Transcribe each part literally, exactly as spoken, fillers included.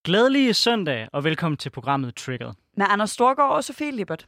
Glædelige søndag, og velkommen til programmet Triggered. Med Anders Storgård og Sofie Lippert.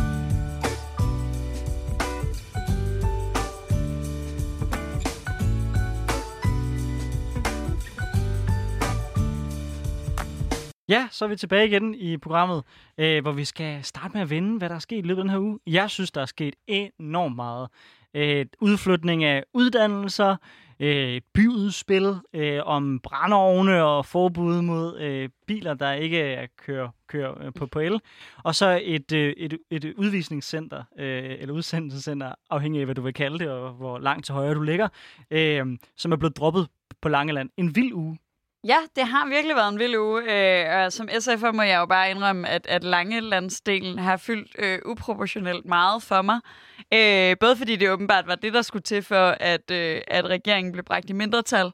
Ja, så er vi tilbage igen i programmet, øh, hvor vi skal starte med at vende, hvad der er sket i løbet af den her uge. Jeg synes, der er sket enormt meget. Øh, udflytning af uddannelser, øh, et byudspil øh, om brændeovne og forbud mod øh, biler, der ikke kører, kører øh, på, på el. Og så et, øh, et, et udvisningscenter, øh, eller udsendelsescenter, afhængig af, hvad du vil kalde det, og hvor langt til højre du ligger, øh, som er blevet droppet på Langeland. En vild uge. Ja, det har virkelig været en vild uge, øh, og som S F'er må jeg jo bare indrømme, at, at Langelandsdelen har fyldt øh, uproportionelt meget for mig. Øh, både fordi det åbenbart var det, der skulle til for, at, øh, at regeringen blev bragt i mindretal,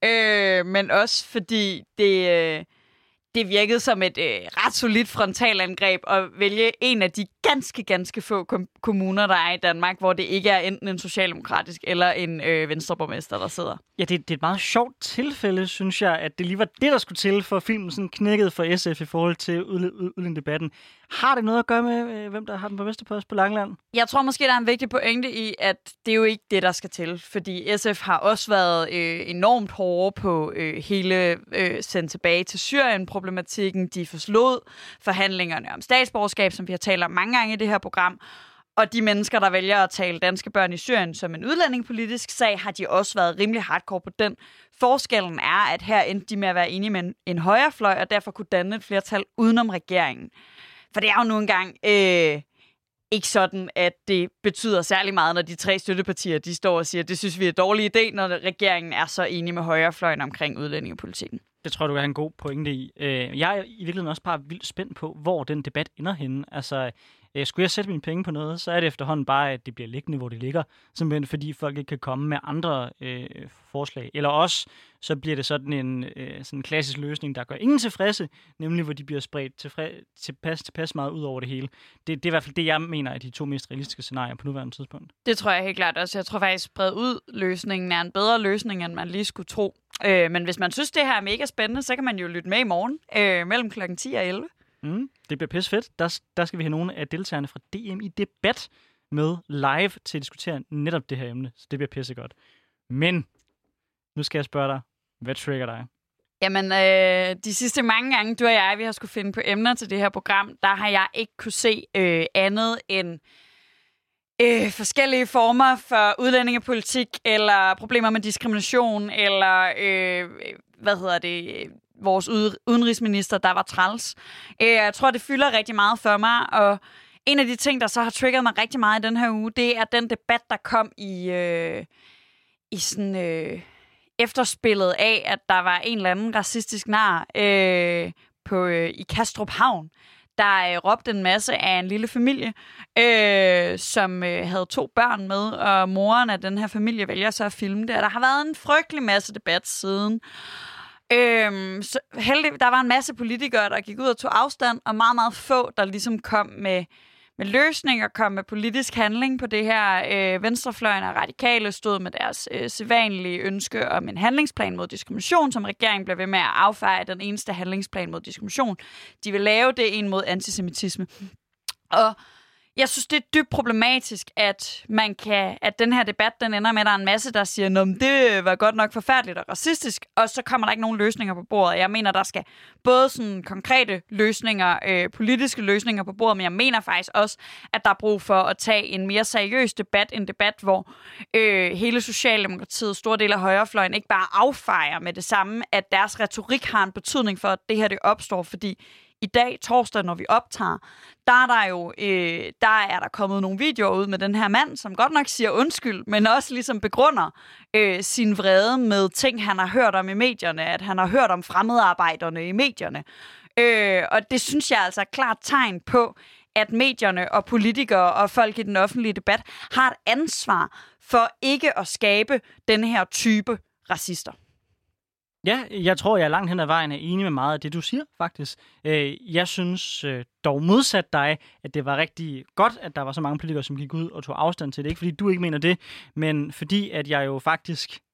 øh, men også fordi det, øh, det virkede som et øh, ret solidt frontalangreb at vælge en af de ganske, ganske få kom- kommuner, der er i Danmark, hvor det ikke er enten en socialdemokratisk eller en øh, venstreborgmester, der sidder. Ja, det, det er et meget sjovt tilfælde, synes jeg, at det lige var det, der skulle til, for filmen sådan knækkede for S F i forhold til udlændingedebatten. Har det noget at gøre med, øh, hvem der har den borgmesterpost på Langeland? Jeg tror måske, der er en vigtig pointe i, at det er jo ikke det, der skal til. Fordi S F har også været øh, enormt hårde på øh, hele øh, sendt tilbage til Syrien-problematikken. De forslod forhandlingerne om statsborgerskab, som vi har talt om mange gange i det her program. Og de mennesker, der vælger at tale danske børn i Syrien som en udlændingepolitisk sag, har de også været rimelig hardcore på den. Forskellen er, at her endte de med at være enige med en, en højrefløj, og derfor kunne danne et flertal udenom regeringen. For det er jo nu engang øh, ikke sådan, at det betyder særlig meget, når de tre støttepartier de står og siger, at det synes vi er en dårlig idé, når regeringen er så enige med højrefløjen omkring udlændingepolitikken. Det tror jeg, du kan have en god pointe i. Jeg er i virkeligheden også bare vildt spændt på, hvor den debat ender henne. Altså, skulle jeg sætte mine penge på noget, så er det efterhånden bare, at det bliver liggende, hvor det ligger. Simpelthen fordi folk ikke kan komme med andre øh, forslag. Eller også, så bliver det sådan en øh, sådan en klassisk løsning, der gør ingen tilfredse, nemlig hvor de bliver spredt tilfre- tilpas, tilpas meget ud over det hele. Det, det er i hvert fald det, jeg mener er de to mest realistiske scenarier på nuværende tidspunkt. Det tror jeg helt klart også. Jeg tror faktisk, spredt ud løsningen er en bedre løsning, end man lige skulle tro. Øh, men hvis man synes, det her er mega spændende, så kan man jo lytte med i morgen øh, mellem klokken ti og elleve. Mm, det bliver pisse fedt. Der, der skal vi have nogle af deltagerne fra D M i debat med live til at diskutere netop det her emne. Så det bliver pisse godt. Men nu skal jeg spørge dig, hvad trigger dig? Jamen, øh, de sidste mange gange, du og jeg, vi har skulle finde på emner til det her program, der har jeg ikke kunne se øh, andet end øh, forskellige former for udlændingepolitik, eller problemer med diskrimination, eller øh, hvad hedder det, vores udenrigsminister, der var træls. Øh, jeg tror, det fylder rigtig meget for mig, og en af de ting, der så har triggeret mig rigtig meget i den her uge, det er den debat, der kom i, øh, i sådan... Øh, efterspillet af, at der var en eller anden racistisk nar øh, på, øh, i Kastrup Havn, der øh, råbte en masse af en lille familie, øh, som øh, havde to børn med, og moren af den her familie vælger så at filme det. Og der har været en frygtelig masse debat siden. Øh, så heldig, der var en masse politikere, der gik ud og tog afstand, og meget, meget få, der ligesom kom med med løsninger, kom med politisk handling på det her. Øh, venstrefløjen og radikale stod med deres øh, sædvanlige ønske om en handlingsplan mod diskrimination, som regeringen blev ved med at affeje den eneste handlingsplan mod diskrimination. De vil lave det en mod antisemitisme. Og jeg synes, det er dybt problematisk, at man kan, at den her debat, den ender med, at der er en masse, der siger, nå, det var godt nok forfærdeligt og racistisk, og så kommer der ikke nogen løsninger på bordet. Jeg mener, der skal både sådan konkrete løsninger, øh, politiske løsninger på bordet, men jeg mener faktisk også, at der er brug for at tage en mere seriøs debat, en debat, hvor øh, hele Socialdemokratiet, store del af højrefløjen, ikke bare affejer med det samme, at deres retorik har en betydning for, at det her det opstår, fordi i dag, torsdag, når vi optager, der er der jo øh, der er der kommet nogle videoer ud med den her mand, som godt nok siger undskyld, men også ligesom begrunder øh, sin vrede med ting, han har hørt om i medierne, at han har hørt om fremmedarbejderne i medierne. Øh, og det synes jeg altså er klart tegn på, at medierne og politikere og folk i den offentlige debat har et ansvar for ikke at skabe den her type racister. Ja, jeg tror, jeg langt hen ad vejen er enig med meget af det, du siger, faktisk. Jeg synes dog modsat dig, at det var rigtig godt, at der var så mange politikere, som gik ud og tog afstand til det. Ikke fordi du ikke mener det, men fordi at jeg jo faktisk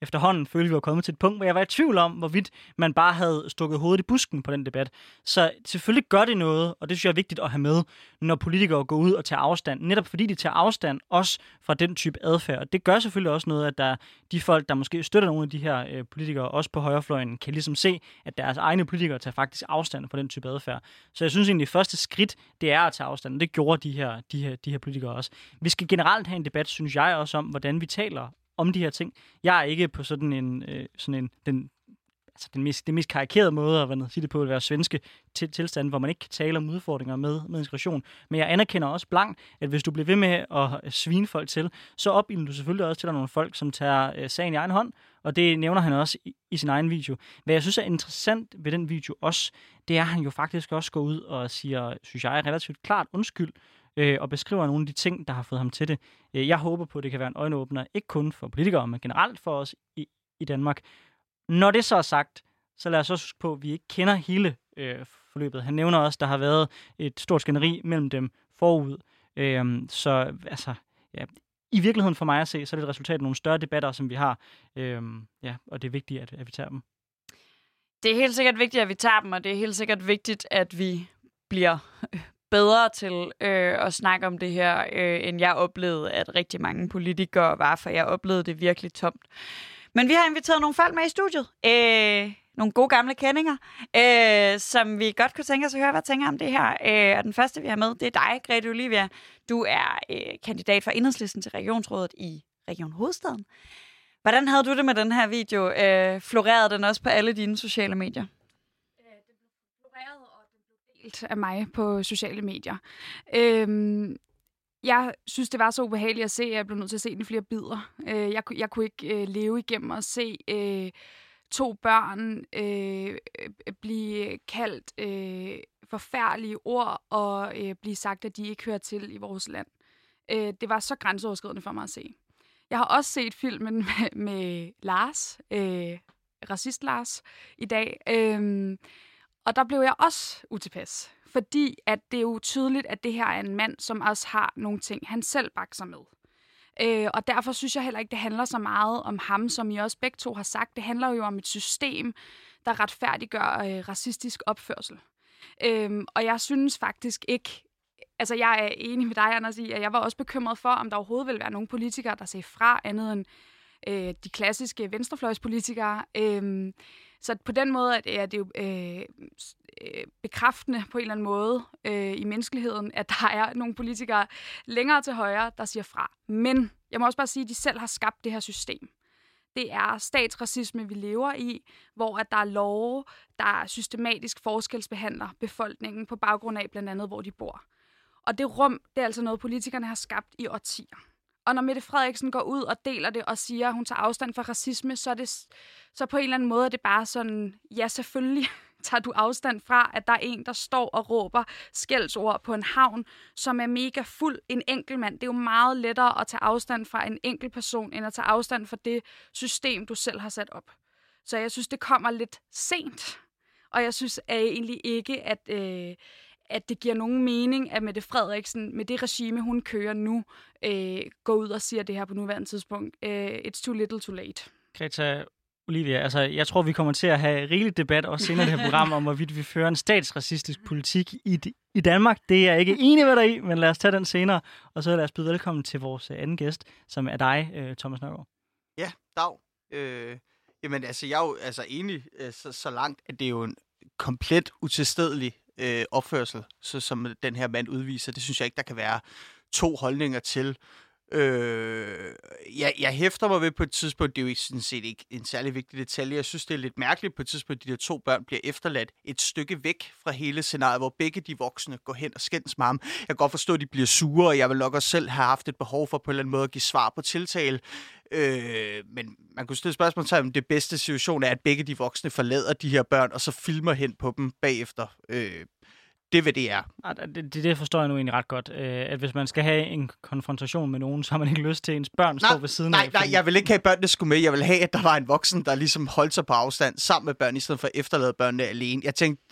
efterhånden følte, vi var kommet til et punkt, hvor jeg var i tvivl om, hvorvidt man bare havde stukket hovedet i busken på den debat. Så selvfølgelig gør det noget, og det synes jeg er vigtigt at have med, når politikere går ud og tager afstand. Netop fordi de tager afstand også fra den type adfærd. Og det gør selvfølgelig også noget, at der, de folk, der måske støtter nogle af de her øh, politikere, også på højrefløjen, kan ligesom se, at deres egne politikere tager faktisk afstand fra den type adfærd. Så jeg synes egentlig, at det første skridt, det er at tage afstand. Det gjorde de her, de her, de her politikere også. Vi skal generelt have en debat, synes jeg også, om, hvordan vi taler om de her ting. Jeg er ikke på sådan en, øh, sådan en den, altså den mest, det mest karikerede måde at hvad sige det på at være svenske til, tilstand, hvor man ikke kan tale om udfordringer med, med integration. Men jeg anerkender også blankt, at hvis du bliver ved med at svine folk til, så opildner du selvfølgelig også til, at der er nogle folk, som tager øh, sagen i egen hånd, og det nævner han også i, i sin egen video. Hvad jeg synes er interessant ved den video også, det er, at han jo faktisk også går ud og siger, synes jeg, relativt klart undskyld, øh, og beskriver nogle af de ting, der har fået ham til det. Jeg håber på, at det kan være en øjenåbner, ikke kun for politikere, men generelt for os i, i Danmark. Når det så er sagt, så lad os også huske på, at vi ikke kender hele øh, forløbet. Han nævner også, at der har været et stort skænderi mellem dem forud. Øh, så altså, ja, i virkeligheden for mig at se, så er det et resultat af nogle større debatter, som vi har. Øh, ja, og det er vigtigt, at, at vi tager dem. Det er helt sikkert vigtigt, at vi tager dem, og det er helt sikkert vigtigt, at vi bliver bedre til øh, at snakke om det her, øh, end jeg oplevede, at rigtig mange politikere var, for jeg oplevede det virkelig tomt. Men vi har inviteret nogle folk med i studiet. Øh, nogle gode gamle kendinger, øh, som vi godt kunne tænke os at høre, hvad tænker om det her. Øh, og den første, vi har med, det er dig, Grete Olivia. Du er øh, kandidat for Enhedslisten til Regionsrådet i Region Hovedstaden. Hvordan havde du det med den her video? Øh, florerede den også på alle dine sociale medier? Den blev floreret, og den blev delt af mig på sociale medier. Øhm, jeg synes, det var så ubehageligt at se, at jeg blev nødt til at se den i flere bidder. Øh, jeg, jeg kunne ikke øh, leve igennem at se øh, to børn øh, blive kaldt øh, forfærdelige ord og øh, blive sagt, at de ikke hører til i vores land. Øh, det var så grænseoverskridende for mig at se. Jeg har også set filmen med, med Lars, øh, racist Lars, i dag. Øh, og der blev jeg også utilpas. Fordi at det er jo tydeligt, at det her er en mand, som også har nogle ting, han selv bakser med. Øh, og derfor synes jeg heller ikke, det handler så meget om ham, som I også begge to har sagt. Det handler jo om et system, der retfærdiggør øh, racistisk opførsel. Øh, og jeg synes faktisk ikke... Altså, jeg er enig med dig, Anders, i, at jeg var også bekymret for, om der overhovedet ville være nogle politikere, der sagde fra andet end øh, de klassiske venstrefløjspolitikere. Øh, så på den måde er det jo øh, bekræftende på en eller anden måde øh, i menneskeligheden, at der er nogle politikere længere til højre, der siger fra. Men jeg må også bare sige, at de selv har skabt det her system. Det er statsracisme, vi lever i, hvor at der er love, der systematisk forskelsbehandler befolkningen på baggrund af blandt andet, hvor de bor. Og det rum, det er altså noget, politikerne har skabt i årtier. Og når Mette Frederiksen går ud og deler det og siger, at hun tager afstand fra racisme, så er det så på en eller anden måde er det bare sådan, ja, selvfølgelig tager du afstand fra, at der er en, der står og råber skældsord på en havn, som er mega fuld en enkelt mand. Det er jo meget lettere at tage afstand fra en enkelt person, end at tage afstand fra det system, du selv har sat op. Så jeg synes, det kommer lidt sent. Og jeg synes at egentlig ikke, at... Øh, at det giver nogen mening, at Mette Frederiksen, med det regime, hun kører nu, øh, går ud og siger det her på nuværende tidspunkt. Uh, it's too little too late. Greta Olivia, altså jeg tror, vi kommer til at have rigelig debat også senere i det her program, om hvorvidt vi fører en statsracistisk politik i, i Danmark. Det er jeg ikke enig med dig i, men lad os tage den senere. Og så lad os byde velkommen til vores anden gæst, som er dig, Thomas Nørgaard. Ja, dag. Øh, jamen altså, jeg er jo altså enig øh, så, så langt, at det er jo en komplet utilstedelig Øh, opførsel, så, som den her mand udviser. Det synes jeg ikke, der kan være to holdninger til. Øh, jeg, jeg hæfter mig ved på et tidspunkt, det er jo ikke, sådan set ikke en særlig vigtig detalje. Jeg synes, det er lidt mærkeligt på et tidspunkt, at de der to børn bliver efterladt et stykke væk fra hele scenariet, hvor begge de voksne går hen og skændes med ham. Jeg kan godt forstå, at de bliver sure, og jeg vil nok også selv have haft et behov for på en eller anden måde at give svar på tiltale. Øh, men man kunne stille spørgsmål til, om det bedste situation er, at begge de voksne forlader de her børn, og så filmer hen på dem bagefter. Øh, det vil det er. Det, det forstår jeg nu egentlig ret godt. At hvis man skal have en konfrontation med nogen, så har man ikke lyst til, at ens børn nej, står ved siden nej, af. Nej, nej, jeg vil ikke have, at børnene skulle med. Jeg vil have, at der var en voksen, der ligesom holdt sig på afstand sammen med børn, i stedet for at efterlade børnene alene. Jeg tænkte,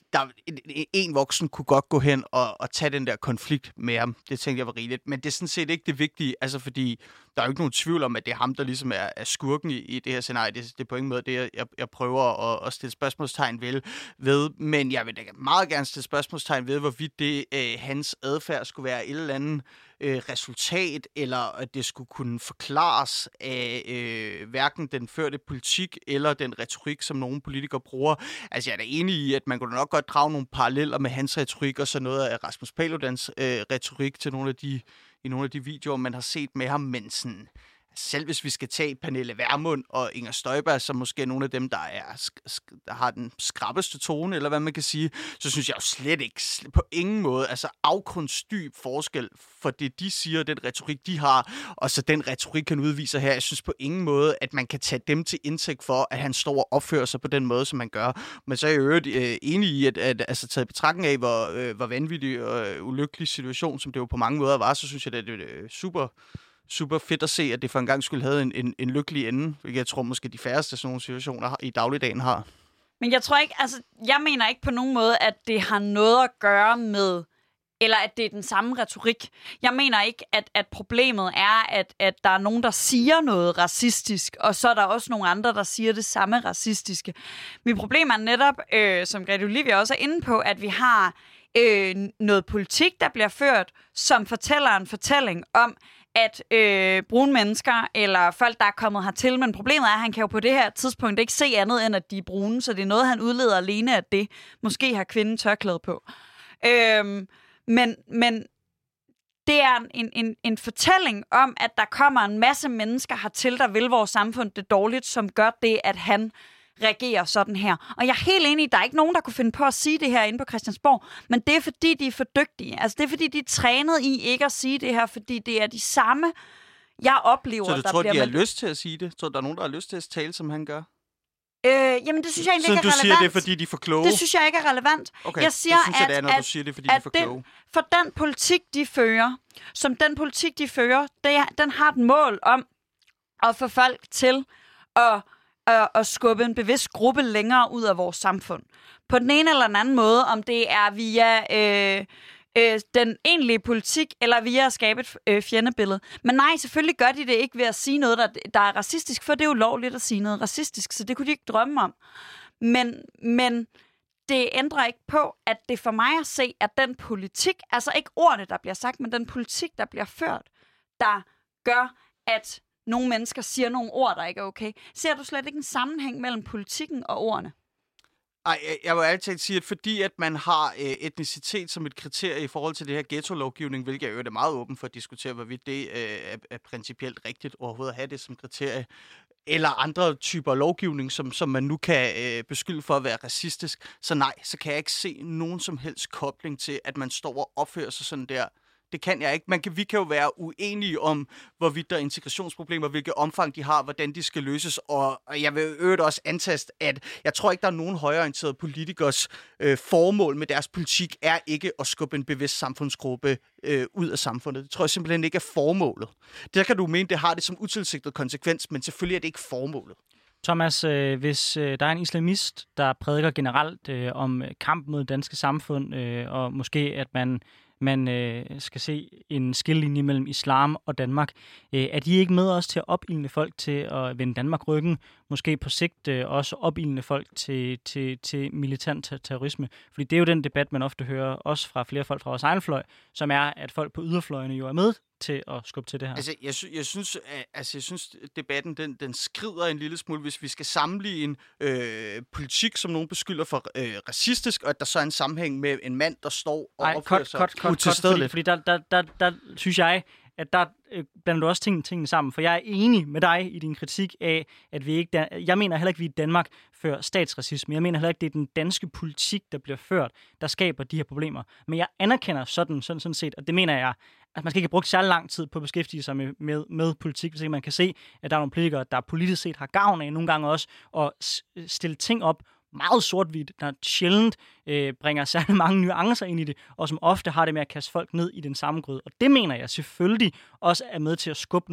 der, en, en voksen kunne godt gå hen og, og tage den der konflikt med ham. Det tænkte jeg var rigeligt. Men det er sådan set ikke det vigtige, altså fordi der er jo ikke nogen tvivl om, at det er ham, der ligesom er, er skurken i, i det her scenarie. Det, det er på ingen måde det, jeg, jeg prøver at, at stille spørgsmålstegn ved, ved. Men jeg vil da meget gerne stille spørgsmålstegn ved, hvorvidt det, øh, hans adfærd skulle være et eller andet øh, resultat, eller at det skulle kunne forklares af øh, hverken den førte politik eller den retorik, som nogle politikere bruger. Altså jeg er da enig i, at man kunne nok godt drage nogle paralleller med hans retorik og så noget af Rasmus Paludans øh, retorik til nogle af de, i nogle af de videoer, man har set med ham, men sådan, selv hvis vi skal tage Pernille Vermund og Inger Støjberg, som måske er nogle af dem, der, er, der har den skrappeste tone, eller hvad man kan sige, så synes jeg jo slet ikke, på ingen måde, altså afgrundsdyb forskel for det, de siger, den retorik, de har, og så den retorik, han udviser her. Jeg synes på ingen måde, at man kan tage dem til indtægt for, at han står og opfører sig på den måde, som man gør. Men så er jeg jo øh, enig i, at, at altså, taget betragtning af, hvor, øh, hvor vanvittig og øh, ulykkelig situation, som det jo på mange måder var, så synes jeg, at det er super super fedt at se, at det for en gang skulle have en, en, en lykkelig ende, hvilket jeg tror måske de færreste sådan nogle situationer i dagligdagen har. Men jeg tror ikke, altså, jeg mener ikke på nogen måde, at det har noget at gøre med, eller at det er den samme retorik. Jeg mener ikke, at, at problemet er, at, at der er nogen, der siger noget racistisk, og så er der også nogle andre, der siger det samme racistiske. Mit problem er netop, øh, som Grete Olivia også er inde på, at vi har øh, noget politik, der bliver ført, som fortæller en fortælling om, at øh, brune mennesker eller folk, der er kommet hertil, men problemet er, at han kan jo på det her tidspunkt ikke se andet, end at de er brune, så det er noget, han udleder alene af det. Måske har kvinden tørklæde på. Øhm, men, men det er en, en, en fortælling om, at der kommer en masse mennesker hertil, der vil vores samfund det dårligt, som gør det, at han reagerer sådan her. Og jeg er helt enig, der er ikke nogen, der kunne finde på at sige det her inde på Christiansborg, men det er fordi, de er for dygtige. Altså det er fordi, de er trænet i ikke at sige det her, fordi det er de samme, jeg oplever, der bliver... Så du tror, de har med... lyst til at sige det? Tror du, der er nogen, der har lyst til at tale, som han gør? Øh, jamen det synes jeg egentlig så ikke er relevant. Så du siger, det er fordi, de er for kloge? Det synes jeg ikke er relevant. Okay, jeg siger, det synes jeg, at, det er, når at, du siger det, fordi de er for kloge. Den, for den politik, de fører, som den politik, de fører, det, den har et mål om at få folk til at at skubbe en bevidst gruppe længere ud af vores samfund. På den ene eller den anden måde, om det er via øh, øh, den egentlige politik, eller via at skabe et øh, fjendebillede. Men nej, selvfølgelig gør de det ikke ved at sige noget, der, der er racistisk, for det er jo lovligt at sige noget racistisk, så det kunne de ikke drømme om. Men, men det ændrer ikke på, at det for mig at se, at den politik, altså ikke ordene, der bliver sagt, men den politik, der bliver ført, der gør, at nogle mennesker siger nogle ord, der ikke er okay. Ser du slet ikke en sammenhæng mellem politikken og ordene? Ej, jeg vil altid sige, at fordi at man har øh, etnicitet som et kriterie i forhold til det her ghetto-lovgivning, hvilket jeg jo er meget åben for at diskutere, hvorvidt det øh, er, er principielt rigtigt overhovedet at have det som kriterie, eller andre typer lovgivning, som, som man nu kan øh, beskylde for at være racistisk, så nej, så kan jeg ikke se nogen som helst kobling til, at man står og opfører sig sådan der. Det kan jeg ikke. Man kan, vi kan jo være uenige om, hvorvidt der er integrationsproblemer, hvilket omfang de har, hvordan de skal løses. Og, og jeg vil øvrigt også antaste, at jeg tror ikke, der er nogen højreorienterede politikers øh, formål med deres politik er ikke at skubbe en bevidst samfundsgruppe øh, ud af samfundet. Det tror jeg simpelthen ikke er formålet. Der kan du mene, det har det som utilsigtet konsekvens, men selvfølgelig er det ikke formålet. Thomas, øh, hvis øh, der er en islamist, der prædiker generelt øh, om kamp mod det danske samfund, øh, og måske at man man øh, skal se en skillelinje mellem islam og Danmark. Øh, er de ikke med os til at opildne folk til at vende Danmark ryggen? Måske på sigt øh, også opildne folk til, til, til militant terrorisme? Fordi det er jo den debat, man ofte hører, også fra flere folk fra vores egen fløj, som er, at folk på yderfløjene jo er med til at skubbe til det her. Altså, jeg, sy- jeg, synes, at, altså, jeg synes, debatten den, den skrider en lille smule, hvis vi skal sammenligne øh, politik, som nogen beskylder for øh, racistisk, og at der så er en sammenhæng med en mand, der står og Ej, opfører cut, sig cut, cut, utilstedeligt. Fordi, fordi der, der, der, der synes jeg, at der øh, blander du også tingene, tingene sammen. For jeg er enig med dig i din kritik af, at vi ikke... Dan- jeg mener heller ikke, at vi i Danmark fører statsracisme. Jeg mener heller ikke, at det er den danske politik, der bliver ført, der skaber de her problemer. Men jeg anerkender sådan, sådan, sådan set, og det mener jeg, at man skal ikke have brugt særlig lang tid på at beskæftige sig med, med, med politik, hvis ikke man kan se, at der er nogle politikere, der politisk set har gavn af nogle gange også at stille ting op meget sort-hvidt, der sjældent øh, bringer særlig mange nuancer ind i det, og som ofte har det med at kaste folk ned i den samme grød. Og det mener jeg selvfølgelig også er med til at skubbe nogle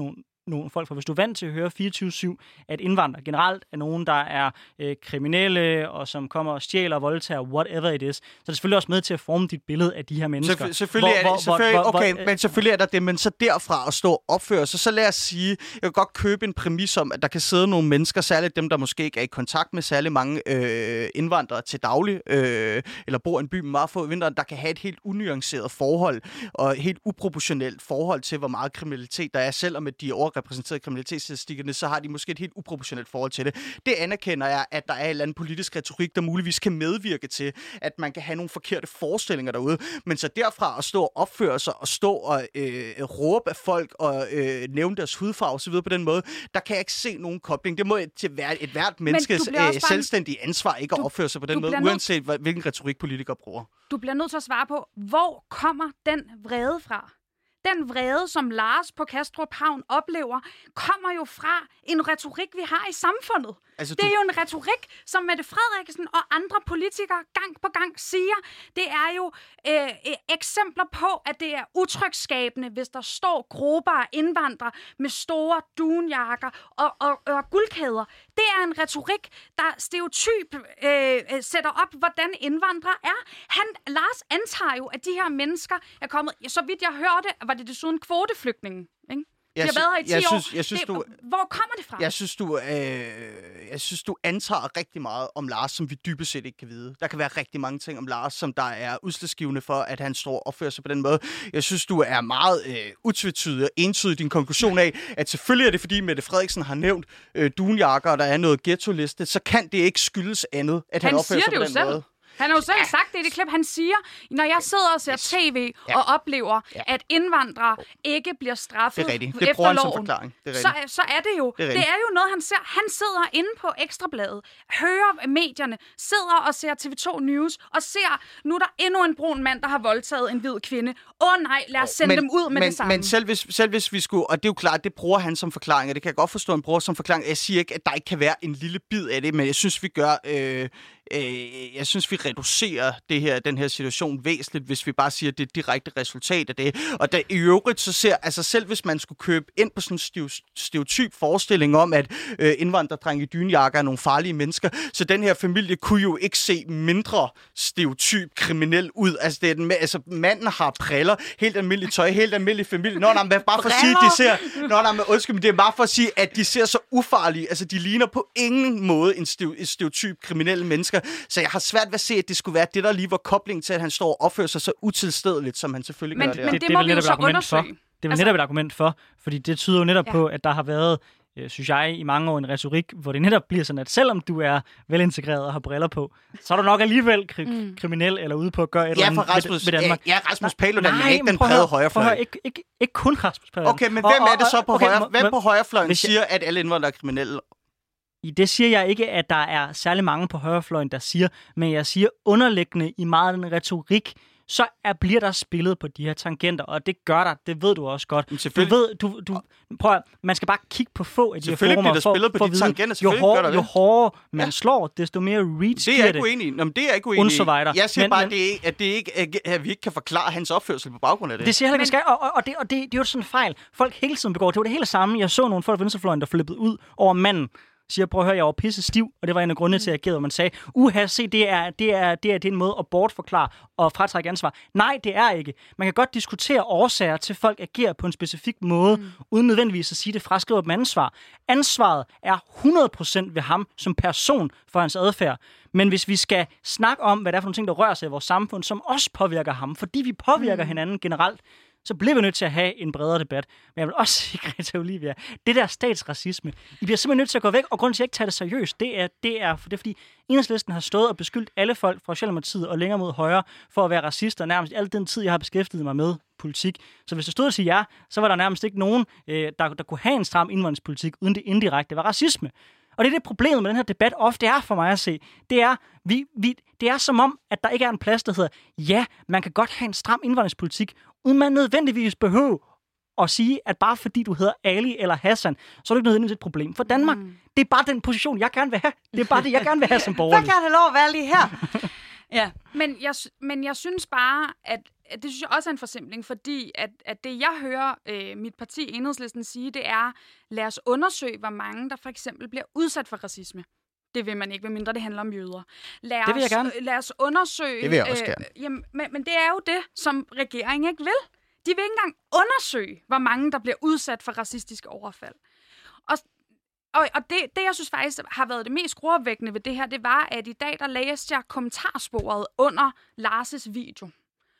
nogle folk, for hvis du er vant til at høre fireogtyve syv, at indvandrere generelt er nogen, der er øh, kriminelle, og som kommer og stjæler, voldtager, whatever it is, så er det selvfølgelig også med til at forme dit billede af de her mennesker. Selvfø- selvfølgelig hvor, er det, hvor, selvfølgelig, hvor, okay, hvor, men selvfølgelig er der det, men så derfra at stå og opføre sig, så lad os sige, jeg kan godt købe en præmis om, at der kan sidde nogle mennesker, særligt dem, der måske ikke er i kontakt med særlig mange øh, indvandrere til daglig, øh, eller bor i en by med meget få indvandrere, der kan have et helt unuanceret forhold, og et helt uproportionelt forhold til, hvor meget kriminalitet der er. Selvom at de er overrepræsenteret i kriminalitetsstatistikkerne, så har de måske et helt uproportionelt forhold til det. Det anerkender jeg, at der er en eller anden politisk retorik, der muligvis kan medvirke til, at man kan have nogle forkerte forestillinger derude. Men så derfra at stå og opføre sig, og stå og øh, råbe af folk, og øh, nævne deres hudfarve osv. på den måde, der kan jeg ikke se nogen kobling. Det må til være et hvert menneskes øh, selvstændige ansvar ikke at opføre sig på den måde, uanset nød... hvilken retorik politikere bruger. Du bliver nødt til at svare på, hvor kommer den vrede fra? Den vrede, som Lars på Kastrup Havn oplever, kommer jo fra en retorik, vi har i samfundet. Altså, det er du... jo en retorik, som Mette Frederiksen og andre politikere gang på gang siger. Det er jo øh, eksempler på, at det er utrygsskabende, hvis der står grupper af indvandrere med store dunjakker og, og, og guldkæder. Det er en retorik, der stereotyp øh, sætter op, hvordan indvandrere er. Han, Lars antager jo, at de her mennesker er kommet, så vidt jeg hørte, var det desuden kvoteflygtninge, ikke? De har været her i ti jeg år. Synes, jeg synes, det, du, hvor kommer det fra? Jeg synes, du, øh, jeg synes, du antager rigtig meget om Lars, som vi dybest set ikke kan vide. Der kan være rigtig mange ting om Lars, som der er udslagsgivende for, at han står og opfører sig på den måde. Jeg synes, du er meget øh, utvetydig og entydig i din konklusion af, at selvfølgelig er det, fordi Mette Frederiksen har nævnt øh, dunjakker, og der er noget ghetto-liste, så kan det ikke skyldes andet, at han, han opfører sig på den selv. måde. Han har jo selv sagt det i det klip, han siger, når jeg sidder og ser tv ja. og oplever, ja. at indvandrere ikke bliver straffet det det efter loven, det så, så er det jo, det er, det er jo noget, han ser. Han sidder inde på Ekstrabladet, hører medierne, sidder og ser T V to News, og ser, nu er der endnu en brun mand, der har voldtaget en hvid kvinde. Åh oh, nej, lad os sende men, dem ud med men, det samme. Men selv hvis, selv hvis vi skulle, og det er jo klart, det bruger han som forklaring, og det kan jeg godt forstå, han bruger som forklaring. Jeg siger ikke, at der ikke kan være en lille bid af det, men jeg synes, vi gør... Øh, Øh, jeg synes, vi reducerer det her, den her situation væsentligt, hvis vi bare siger, at det er et direkte resultat af det. Og der, i øvrigt så ser, altså selv hvis man skulle købe ind på sådan en stereotyp forestilling om, at øh, indvandrerdrenge i dynjakker er nogle farlige mennesker, så den her familie kunne jo ikke se mindre stereotyp kriminel ud. Altså, det er den, altså manden har briller, helt almindelig tøj, helt almindelig familie. Nå, nej, men bare for at sige, at de ser... Nå, nej, men undskyld, men det er bare for at sige, at de ser så ufarlige. Altså, de ligner på ingen måde en stereotyp kriminelle mennesker. Så jeg har svært ved at se, at det skulle være det, der lige var koblingen til, at han står og opfører sig så utilstedeligt, som han selvfølgelig men, gør det. Men det, det må vi jo så undersøge. For. Det er altså, netop et argument for, fordi det tyder jo netop ja. på, at der har været, øh, synes jeg, i mange år en retorik, hvor det netop bliver sådan, at selvom du er velintegreret og har briller på, så er du nok alligevel kri- mm. kriminel eller ude på at gøre et ja, eller andet Rasmus, ved, ved Danmark. Ja, Rasmus Paludan, men ikke den brede højrefløj. Ikke, ikke, ikke kun Rasmus Paludan. Okay, men hvem og, er det så på, okay, højre, hvem på højrefløjen jeg, siger, at alle indvandrere er kriminelle? Det siger jeg ikke, at der er særlig mange på højrefløjen, der siger, men jeg siger underliggende i meget af den retorik, så er, bliver der spillet på de her tangenter, og det gør der, det ved du også godt. Du ved, du, du, prøv at, man skal bare kigge på få af de her forumer for, for at vide, jo, hår, jo hårdere man ja. slår, desto mere reach det er jeg ikke uenig i. Nå, det er jeg ikke uenig i. Jeg siger men, bare, men, at, det er, at, det ikke, at vi ikke kan forklare hans opførsel på baggrund af det. Det siger jeg ikke, og, og, og, det, og det, det er jo sådan en fejl. Folk hele tiden begår. Det var det hele samme. Jeg så nogle folk på venstrefløjen, der flippede ud over manden. Siger, prøv at høre, jeg var pisse stiv, og det var en af grundene til, at jeg agerede, og man sagde, uha, se, det er, det, er, det, er, det er en måde at bortforklare og fratrække ansvar. Nej, det er ikke. Man kan godt diskutere årsager til, at folk agerer på en specifik måde, mm. uden nødvendigvis at sige, at det fraskriver dem ansvar. Ansvaret er hundrede procent ved ham som person for hans adfærd. Men hvis vi skal snakke om, hvad der er for nogle ting, der rører sig i vores samfund, som også påvirker ham, fordi vi påvirker mm. hinanden generelt, så bliver vi nødt til at have en bredere debat. Men jeg vil også sige, Greta Olivia, det der statsracisme, I bliver simpelthen nødt til at gå væk, og grunden til, at jeg ikke tager det seriøst, det er, det er, det er fordi Enhedslisten har stået og beskyldt alle folk fra Socialdemokratiet og længere mod højre for at være racister nærmest al den tid, jeg har beskæftiget mig med politik. Så hvis der stod at sige ja, så var der nærmest ikke nogen, øh, der, der kunne have en stram indvandringspolitik, uden det indirekte var racisme. Og det er det problemet med den her debat ofte er for mig at se. Det er, vi, vi, det er som om, at der ikke er en plads, der hedder, ja, man kan godt have en stram indvandringspolitik, uden man nødvendigvis behøver at sige, at bare fordi du hedder Ali eller Hassan, så er det ikke nødvendigvis et problem for Danmark. Mm. Det er bare den position, jeg gerne vil have. Det er bare det, jeg gerne vil have som borgerlig. Hvad kan jeg have lov at være lige her? Ja. Men jeg, men jeg synes bare, at det synes jeg også er en forsimpling, fordi at, at det, jeg hører øh, mit parti Enhedslisten sige, det er, lad os undersøge, hvor mange, der for eksempel bliver udsat for racisme. Det vil man ikke, medmindre det handler om jøder. Lad det vil jeg os, gerne. Lad os undersøge... Det vil jeg også øh, gerne. Jamen, men, men det er jo det, som regeringen ikke vil. De vil ikke engang undersøge, hvor mange, der bliver udsat for racistiske overfald. Og, og, og det, det, jeg synes faktisk har været det mest skrueopvækkende ved det her, det var, at i dag, der læste jeg kommentarsporet under Lars' video.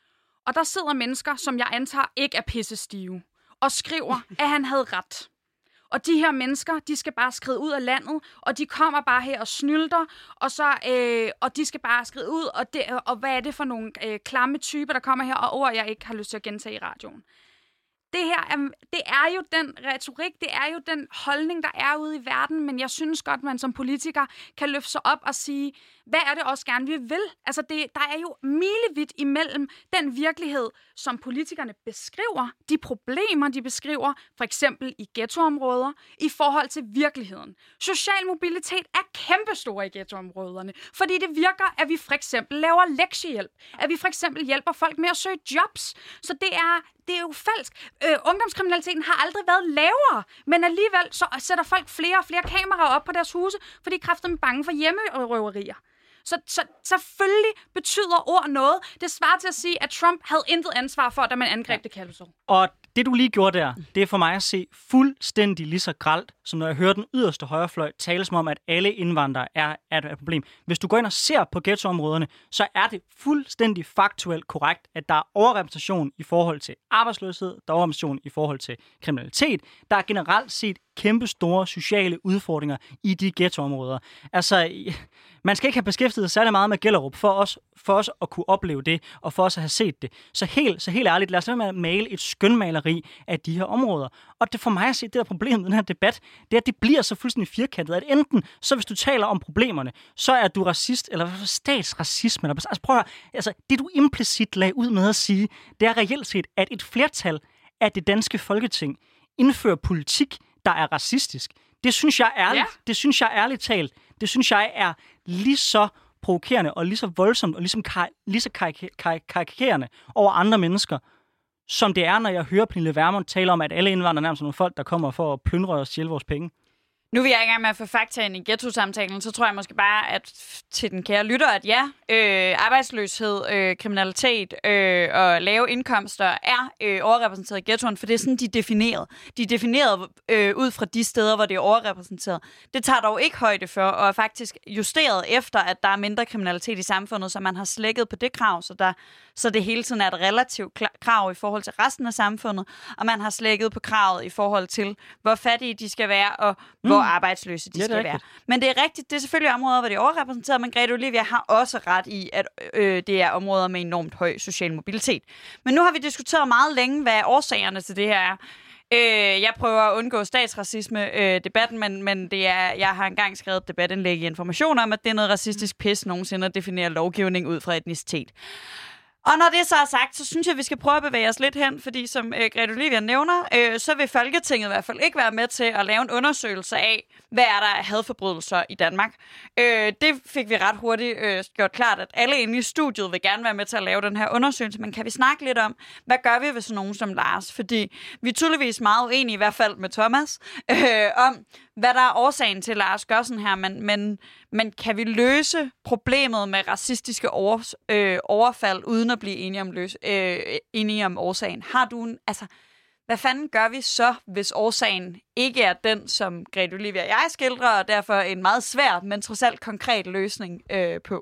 Og der sidder mennesker, som jeg antager ikke er pissestive, og skriver, at han havde ret. Og de her mennesker, de skal bare skride ud af landet, og de kommer bare her og snylter, og så øh, og de skal bare skride ud, og, det, og hvad er det for nogle øh, klamme typer, der kommer her, og ord, jeg ikke har lyst til at gentage i radioen. Det her er, det er jo den retorik, det er jo den holdning, der er ude i verden, men jeg synes godt, man som politiker kan løfte sig op og sige, hvad er det også gerne, vi vil? Altså, det, der er jo milevidt imellem den virkelighed, som politikerne beskriver, de problemer, de beskriver, for eksempel i ghettoområder, i forhold til virkeligheden. Social mobilitet er kæmpestor i ghettoområderne, fordi det virker, at vi for eksempel laver lektiehjælp, at vi for eksempel hjælper folk med at søge jobs. Så det er, det er jo falsk. Øh, ungdomskriminaliteten har aldrig været lavere, men alligevel så sætter folk flere og flere kameraer op på deres huse, fordi kræfterne er bange for hjemmerøverier. Så, så selvfølgelig betyder ord noget. Det svarer til at sige, at Trump havde intet ansvar for, da man angreb det Capitol. Og det, du lige gjorde der, det er for mig at se fuldstændig lige så grelt, som når jeg hører den yderste højrefløj tale som om, at alle indvandrere er, er et problem. Hvis du går ind og ser på ghettoområderne, så er det fuldstændig faktuelt korrekt, at der er overrepræsentation i forhold til arbejdsløshed, der er overrepræsentation i forhold til kriminalitet. Der er generelt set kæmpe store sociale udfordringer i de ghettoområder. Altså, man skal ikke have beskæftiget sig særlig meget med Gellerup for os, for os at kunne opleve det, og for os at have set det. Så helt, så helt ærligt, lad os være med at male et skønmaleri af de her områder. Og det for mig at se, det der problem med den her debat, det er, at det bliver så fuldstændig firkantet, at enten, så hvis du taler om problemerne, så er du racist, eller statsracisme, eller altså prøv at, altså, det du implicit lagde ud med at sige, det er reelt set, at et flertal af det danske Folketing indfører politik, der er racistisk. Det synes jeg ærligt, ja. det synes jeg ærligt talt, det synes jeg er lige så provokerende og lige så voldsomt og ligesom kar- lige så karik- karik- karikerende over andre mennesker, som det er, når jeg hører Pernille Vermund tale om, at alle indvandrere nærmest er nogle folk, der kommer for at plyndre og stjæle vores penge. Nu vil jeg i gang med at få fakta ind i ghetto-samtalen, så tror jeg måske bare, at til den kære lytter, at ja, øh, arbejdsløshed, øh, kriminalitet øh, og lave indkomster er øh, overrepræsenteret i ghettoen, for det er sådan, de er defineret. De er defineret øh, ud fra de steder, hvor det er overrepræsenteret. Det tager dog ikke højde for, og er faktisk justeret efter, at der er mindre kriminalitet i samfundet, så man har slækket på det krav, så, der, så det hele tiden er et relativt krav i forhold til resten af samfundet, og man har slækket på kravet i forhold til, hvor fattige de skal være, og hvor arbejdsløse de ja, skal være. Men det er rigtigt, det er selvfølgelig områder, hvor det er overrepræsenteret, men Grete Olivia har også ret i, at øh, det er områder med enormt høj social mobilitet. Men nu har vi diskuteret meget længe, hvad årsagerne til det her er. Øh, jeg prøver at undgå statsracisme-debatten, øh, men, men det er, jeg har engang skrevet et debatindlæg i Information om, at det er noget racistisk pis nogensinde at definere lovgivning ud fra etnicitet. Og når det så er sagt, så synes jeg, at vi skal prøve at bevæge os lidt hen, fordi som øh, Grete Olivia nævner, øh, så vil Folketinget i hvert fald ikke være med til at lave en undersøgelse af, hvad er der af hadforbrydelser i Danmark. Øh, det fik vi ret hurtigt øh, gjort klart, at alle inde i studiet vil gerne være med til at lave den her undersøgelse, men kan vi snakke lidt om, hvad gør vi ved sådan nogen som Lars? Fordi vi er tydeligvis meget uenige, i hvert fald med Thomas, øh, om hvad der er årsagen til, at Lars gør sådan her, men, men, men kan vi løse problemet med racistiske over, øh, overfald, uden at blive enige om, løs, øh, enige om årsagen? Har du en, altså, hvad fanden gør vi så, hvis årsagen ikke er den, som Grete Olivia og jeg skildrer, og derfor en meget svær, men trods alt konkret løsning øh, på?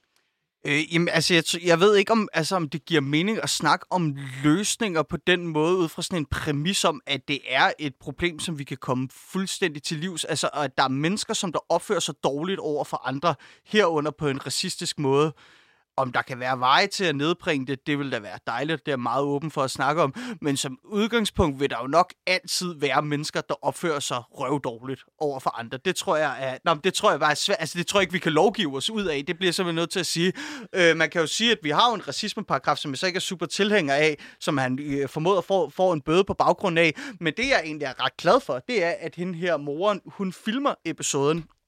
Øh, jamen, altså, jeg, jeg ved ikke, om, altså, om det giver mening at snakke om løsninger på den måde, ud fra sådan en præmis om, at det er et problem, som vi kan komme fuldstændig til livs. Altså, at der er mennesker, som der opfører sig dårligt over for andre, herunder på en racistisk måde. Om der kan være veje til at nedbringe det, det vil da være dejligt. Det er meget åben for at snakke om. Men som udgangspunkt vil der jo nok altid være mennesker, der opfører sig røvdårligt over for andre. Det tror jeg er... Nå, det tror jeg bare er svært. Altså, det tror jeg ikke, vi kan lovgive os ud af. Det bliver simpelthen nødt til at sige. Øh, man kan jo sige, at vi har jo en racismeparagraf, som jeg så ikke er super tilhænger af, som han øh, formoder får, får en bøde på baggrund af. Men det, jeg egentlig er ret glad for, det er, at hende her moren, hun filmer episoden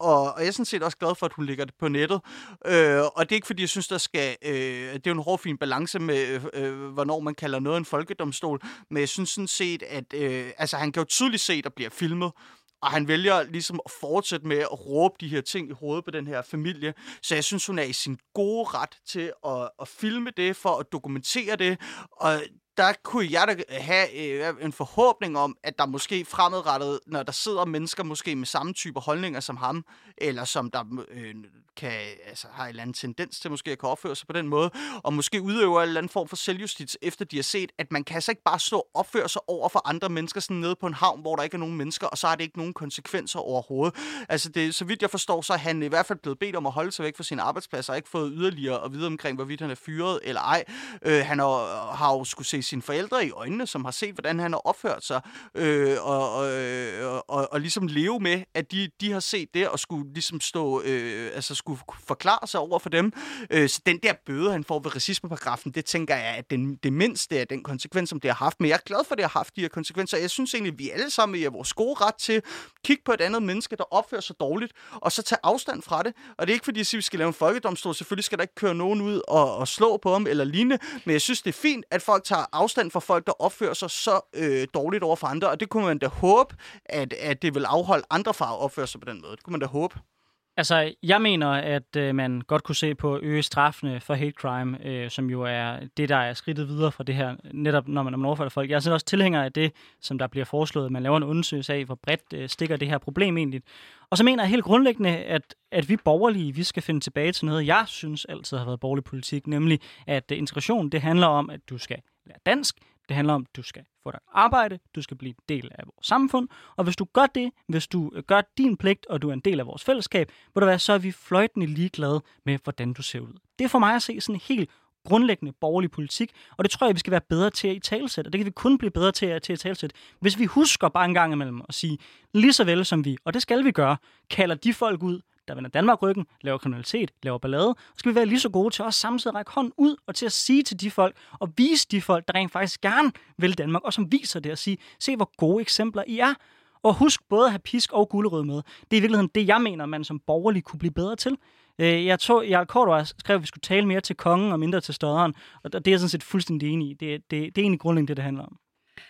og, og jeg er sådan set også glad for, at hun lægger det på nettet. Øh, og det er ikke, fordi jeg synes, der skal... Øh, det er jo en hårfin balance med, øh, hvornår man kalder noget en folkedomstol, men jeg synes sådan set, at øh, altså, han kan jo tydeligt se, at der bliver filmet, og han vælger ligesom at fortsætte med at råbe de her ting i hovedet på den her familie. Så jeg synes, hun er i sin gode ret til at, at filme det, for at dokumentere det. Og der kunne jeg da have øh, en forhåbning om, at der måske fremadrettet, når der sidder mennesker måske med samme type holdninger som ham, eller som der øh, kan, altså, har en eller anden tendens til måske at kan opføre sig på den måde, og måske udøver en eller anden form for selvjustits, efter de har set, at man kan altså ikke bare stå og opføre sig over for andre mennesker sådan nede på en havn, hvor der ikke er nogen mennesker, og så har det ikke nogen konsekvenser overhovedet. Altså, det, så vidt jeg forstår, så er han i hvert fald blevet bedt om at holde sig væk fra sine arbejdspladser, og ikke fået yderligere at vide omkring, hvorvidt han er fyret eller ej. Øh, han har, har jo skulle se sine forældre i øjnene, som har set, hvordan han har opført sig, øh, og, og, og, og ligesom leve med, at de, de har set det, og skulle ligesom stå, øh, altså skulle forklare sig over for dem. Øh, så den der bøde, han får ved racismeparagrafen, det tænker jeg, at den, det mindste er den konsekvens, som det har haft. Men jeg er glad for, at det har haft de her konsekvenser. Jeg synes egentlig, at vi alle sammen er vores gode ret til at kigge på et andet menneske, der opfører sig dårligt, og så tage afstand fra det. Og det er ikke, fordi jeg siger, at vi skal lave en folkedomstol. Selvfølgelig skal der ikke køre nogen ud og, og slå på ham eller lignende, men jeg synes, det er fint, at folk tager afstand fra folk, der opfører sig så øh, dårligt over for andre, og det kunne man da håbe, at, at det vil afholde andre fra at opføre sig på den måde. Det kunne man da håbe. Altså, jeg mener, at øh, man godt kunne se på at øge straffene for hate crime, øh, som jo er det, der er skridtet videre fra det her, netop når man, når man overfalder folk. Jeg er sådan også tilhænger af det, som der bliver foreslået, at man laver en undersøgelse af, hvor bredt øh, stikker det her problem egentlig. Og så mener jeg helt grundlæggende, at, at vi borgerlige, vi skal finde tilbage til noget, jeg synes altid har været borgerlig politik, nemlig at øh, integration, det handler om, at du skal lære dansk, det handler om, at du skal få dig arbejde, du skal blive en del af vores samfund, og hvis du gør det, hvis du gør din pligt, og du er en del af vores fællesskab, må der være, så er vi fløjtende ligeglade med, hvordan du ser ud. Det er for mig at se sådan en helt grundlæggende borgerlig politik, og det tror jeg, vi skal være bedre til at italesætte, og det kan vi kun blive bedre til at, til at italesætte, hvis vi husker bare en gang imellem at sige, lige så vel som vi, og det skal vi gøre, kalder de folk ud, der vender Danmark ryggen, laver kriminalitet, laver ballade, og skal vi være lige så gode til også samtidig række hånden ud og til at sige til de folk, og vise de folk, der rent faktisk gerne vil Danmark, og som viser det at sige, se hvor gode eksempler I er. Og husk både at have pisk og gulerod med. Det er i virkeligheden det, jeg mener, man som borgerlig kunne blive bedre til. Jeg tog, Jarl Corydon skrev, at vi skulle tale mere til kongen og mindre til støderen, og det er jeg sådan set fuldstændig enig i. Det, det, det er egentlig grundlæggende det, det handler om.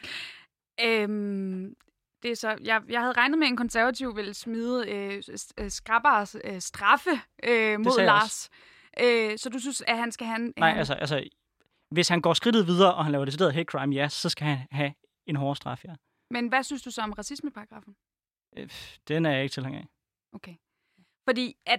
Øhm... Det er så, jeg, jeg havde regnet med, at en konservativ ville smide øh, skrappere øh, straffe øh, mod Lars. Øh, så du synes, at han skal have en... Nej, altså, altså, hvis han går skridtet videre, og han laver decideret hate crime, ja, så skal han have en hård straf, ja. Men hvad synes du så om racismeparagrafen? Øh, den er jeg ikke tilhænger af. Okay. Fordi at...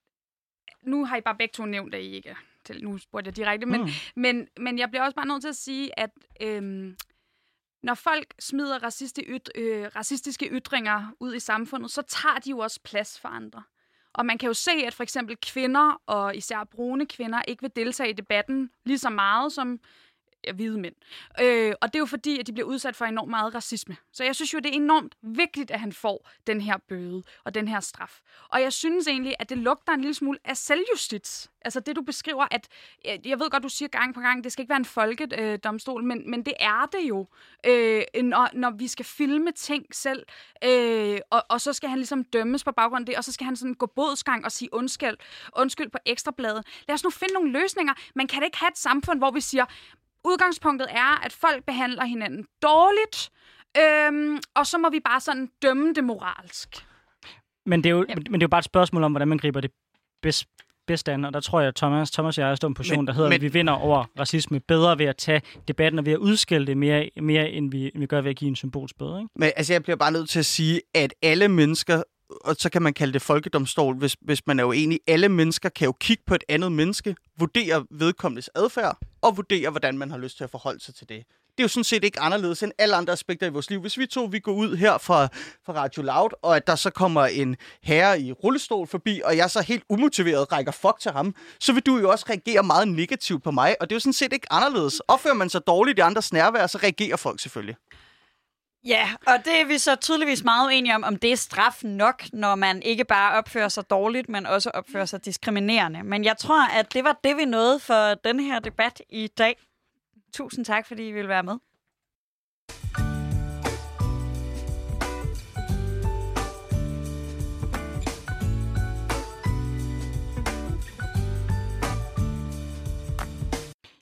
Nu har I bare begge to nævnt, at I ikke er til... Nu spurgte jeg direkte, men, mm. men, men jeg bliver også bare nødt til at sige, at... Øhm, Når folk smider racistiske, yt- øh, racistiske ytringer ud i samfundet, så tager de jo også plads for andre. Og man kan jo se, at for eksempel kvinder, og især brune kvinder, ikke vil deltage i debatten lige så meget som ja, hvide mænd. Øh, og det er jo fordi, at de bliver udsat for enormt meget racisme. Så jeg synes jo, det er enormt vigtigt, at han får den her bøde og den her straf. Og jeg synes egentlig, at det lugter en lille smule af selvjustits. Altså det, du beskriver, at jeg ved godt, du siger gang på gang, det skal ikke være en folkedomstol, øh, men, men det er det jo, øh, når, når vi skal filme ting selv, øh, og, og så skal han ligesom dømmes på baggrund af det, og så skal han sådan gå bodsgang og sige undskyld, undskyld på Ekstrabladet. Lad os nu finde nogle løsninger. Man kan ikke have et samfund, hvor vi siger, udgangspunktet er, at folk behandler hinanden dårligt, øhm, og så må vi bare sådan dømme det moralsk. Men det er jo, ja. men det er jo bare et spørgsmål om, hvordan man griber det bedst, bedst an, og der tror jeg, at Thomas, Thomas og jeg står en position, men, der hedder, men, at vi vinder over racisme bedre ved at tage debatten og ved at udskille det mere, mere end, vi, end vi gør ved at give en symbolsk bøde, ikke? Men altså, jeg bliver bare nødt til at sige, at alle mennesker, og så kan man kalde det folkedomstol, hvis, hvis man er uenig. Alle mennesker kan jo kigge på et andet menneske, vurdere vedkommendes adfærd, og vurdere, hvordan man har lyst til at forholde sig til det. Det er jo sådan set ikke anderledes end alle andre aspekter i vores liv. Hvis vi to vi går ud her fra, fra Radio Loud, og at der så kommer en herre i rullestol forbi, og jeg så helt umotiveret rækker fuck til ham, så vil du jo også reagere meget negativt på mig, og det er jo sådan set ikke anderledes. Opfører man sig dårligt i andres nærvær, så reagerer folk selvfølgelig. Ja, og det er vi så tydeligvis meget uenige om, om det er straf nok, når man ikke bare opfører sig dårligt, men også opfører sig diskriminerende. Men jeg tror, at det var det, vi nåede for den her debat i dag. Tusind tak, fordi I ville være med.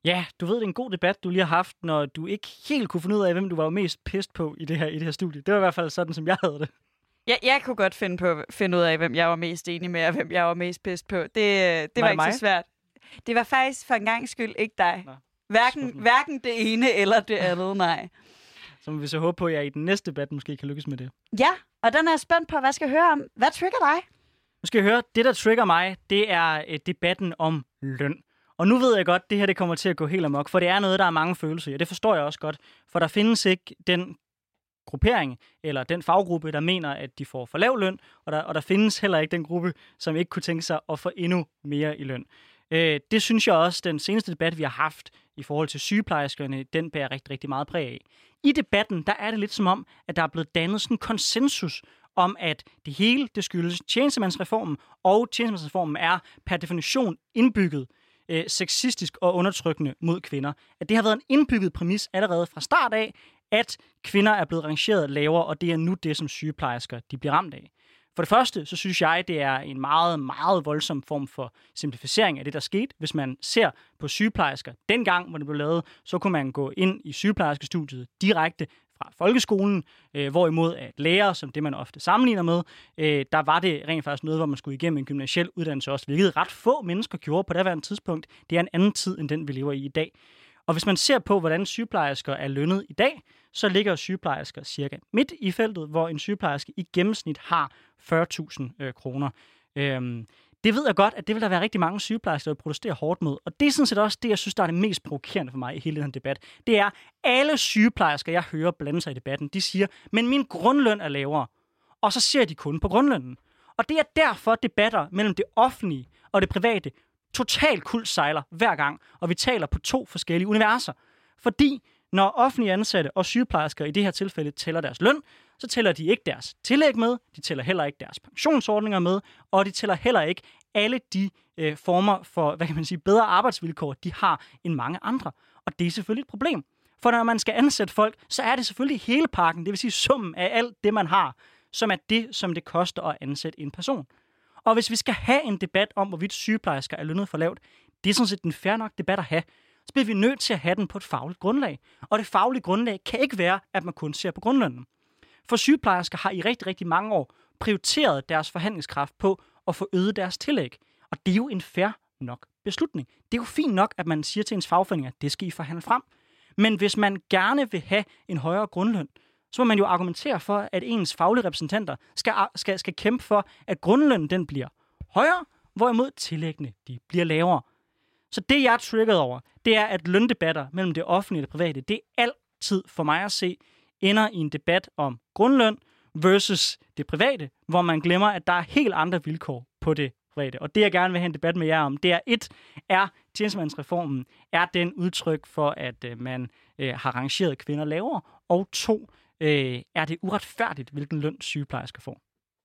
Ja, du ved, det er en god debat, du lige har haft, når du ikke helt kunne finde ud af, hvem du var mest pissed på i det her, i det her studie. Det var i hvert fald sådan, som jeg havde det. Ja, jeg kunne godt finde, på, finde ud af, hvem jeg var mest enig med, og hvem jeg var mest pissed på. Det, det var, var det ikke mig? Så svært. Det var faktisk for en gang skyld ikke dig. Nå, hverken, hverken det ene eller det andet, nej. Så må vi så håbe på, at jeg i den næste debat måske kan lykkes med det. Ja, og den er jeg spændt på, hvad jeg skal høre om. Hvad trigger dig? Nu skal jeg høre, det der trigger mig, det er uh, debatten om løn. Og nu ved jeg godt, at det her det kommer til at gå helt amok, for det er noget, der er mange følelser i, og det forstår jeg også godt. For der findes ikke den gruppering, eller den faggruppe, der mener, at de får for lav løn, og der, og der findes heller ikke den gruppe, som ikke kunne tænke sig at få endnu mere i løn. Øh, det synes jeg også, den seneste debat, vi har haft i forhold til sygeplejerskerne, den bærer rigtig, rigtig meget præg af. I debatten, der er det lidt som om, at der er blevet dannet sådan en konsensus om, at det hele, det skyldes tjenestemandsreformen, og tjenestemandsreformen er per definition indbygget øh, sexistisk og undertrykkende mod kvinder. At det har været en indbygget præmis allerede fra start af, at kvinder er blevet rangeret lavere, og det er nu det, som sygeplejersker de bliver ramt af. For det første, så synes jeg, det er en meget, meget voldsom form for simplificering af det, der skete. Hvis man ser på sygeplejersker dengang, hvor det blev lavet, så kunne man gå ind i sygeplejerskestudiet direkte fra folkeskolen, øh, hvorimod at lærer, som det man ofte sammenligner med, øh, der var det rent faktisk noget, hvor man skulle igennem en gymnasiel uddannelse også, hvilket ret få mennesker gjorde på det her tidspunkt. Det er en anden tid, end den vi lever i i dag. Og hvis man ser på, hvordan sygeplejersker er lønnet i dag, så ligger sygeplejersker cirka midt i feltet, hvor en sygeplejerske i gennemsnit har fyrre tusind øh, kroner. Øhm, det ved jeg godt, at det vil der være rigtig mange sygeplejersker, der protesterer hårdt mod. Og det er sådan set også det, jeg synes, der er det mest provokerende for mig i hele den debat. Det er, alle sygeplejersker, jeg hører blande sig i debatten, de siger, men min grundløn er lavere. Og så ser de kun på grundlønnen. Og det er derfor, debatter mellem det offentlige og det private totalt kuldsejler hver gang, og vi taler på to forskellige universer. Fordi når offentlige ansatte og sygeplejersker i det her tilfælde tæller deres løn, så tæller de ikke deres tillæg med, de tæller heller ikke deres pensionsordninger med, og de tæller heller ikke alle de øh, former for, hvad kan man sige, bedre arbejdsvilkår, de har end mange andre. Og det er selvfølgelig et problem. For når man skal ansætte folk, så er det selvfølgelig hele pakken, det vil sige summen af alt det, man har, som er det, som det koster at ansætte en person. Og hvis vi skal have en debat om, hvorvidt sygeplejersker er lønnet for lavt, det er sådan set en fair nok debat at have, så bliver vi nødt til at have den på et fagligt grundlag. Og det faglige grundlag kan ikke være, at man kun ser på grundlønnen. For sygeplejersker har i rigtig, rigtig mange år prioriteret deres forhandlingskraft på at få øget deres tillæg. Og det er jo en fair nok beslutning. Det er jo fint nok, at man siger til ens fagforeninger, at det skal I forhandle frem. Men hvis man gerne vil have en højere grundløn, så må man jo argumentere for, at ens faglige repræsentanter skal, skal, skal kæmpe for, at grundlønnen den bliver højere, hvorimod tillæggene de bliver lavere. Så det, jeg er trigget over, det er, at løndebatter mellem det offentlige og det private, det er altid for mig at se, ender i en debat om grundløn versus det private, hvor man glemmer, at der er helt andre vilkår på det private. Og det, jeg gerne vil have en debat med jer om, det er et, er tjenestemandsreformen, er den udtryk for, at øh, man øh, har rangeret kvinder lavere, og to, øh, er det uretfærdigt, hvilken løn sygeplejersker får.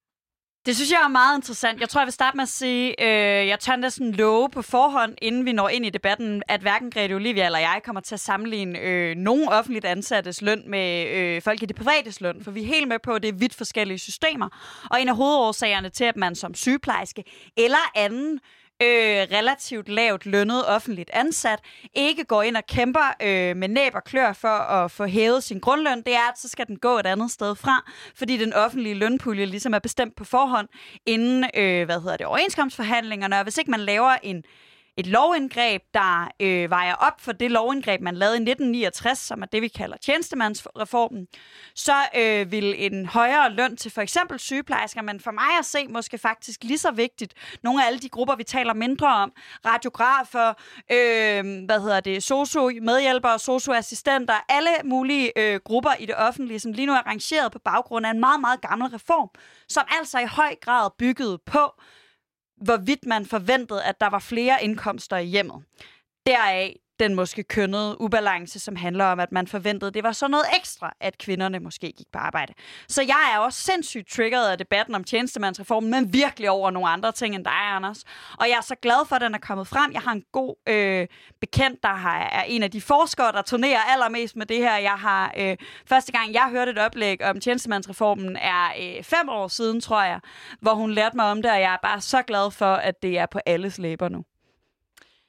Det synes jeg er meget interessant. Jeg tror, jeg vil starte med at sige, øh, jeg tør næsten love på forhånd, inden vi når ind i debatten, at hverken Grete Olivia eller jeg kommer til at sammenligne øh, nogen offentligt ansattes løn med øh, folk i det privates løn, for vi er helt med på, at det er vidt forskellige systemer. Og en af hovedårsagerne til, at man som sygeplejerske eller anden Øh, relativt lavt lønnet offentligt ansat, ikke går ind og kæmper øh, med næb og klør for at få hævet sin grundløn, det er, at så skal den gå et andet sted fra, fordi den offentlige lønpulje ligesom er bestemt på forhånd inden, øh, hvad hedder det, overenskomstforhandlingerne, og hvis ikke man laver en et lovindgreb, der øh, vejer op for det lovindgreb, man lavede i nitten niogtres, som er det, vi kalder tjenestemandsreformen, så øh, vil en højere løn til for eksempel sygeplejersker, men for mig at se måske faktisk lige så vigtigt, nogle af alle de grupper, vi taler mindre om, radiografer, øh, hvad hedder det, sosu-medhjælpere, sosu-assistenter, alle mulige øh, grupper i det offentlige, som lige nu er rangeret på baggrund af en meget, meget gammel reform, som altså i høj grad byggede på, hvorvidt man forventede, at der var flere indkomster i hjemmet. Deraf den måske kønnede ubalance, som handler om, at man forventede, at det var så noget ekstra, at kvinderne måske gik på arbejde. Så jeg er også sindssygt triggeret af debatten om tjenestemandsreformen, men virkelig over nogle andre ting end dig, Anders. Og jeg er så glad for, at den er kommet frem. Jeg har en god øh, bekendt, der har, er en af de forskere, der turnerer allermest med det her. Jeg har øh, første gang, jeg hørte et oplæg om tjenestemandsreformen, er øh, fem år siden, tror jeg, hvor hun lærte mig om det, og jeg er bare så glad for, at det er på alles læber nu.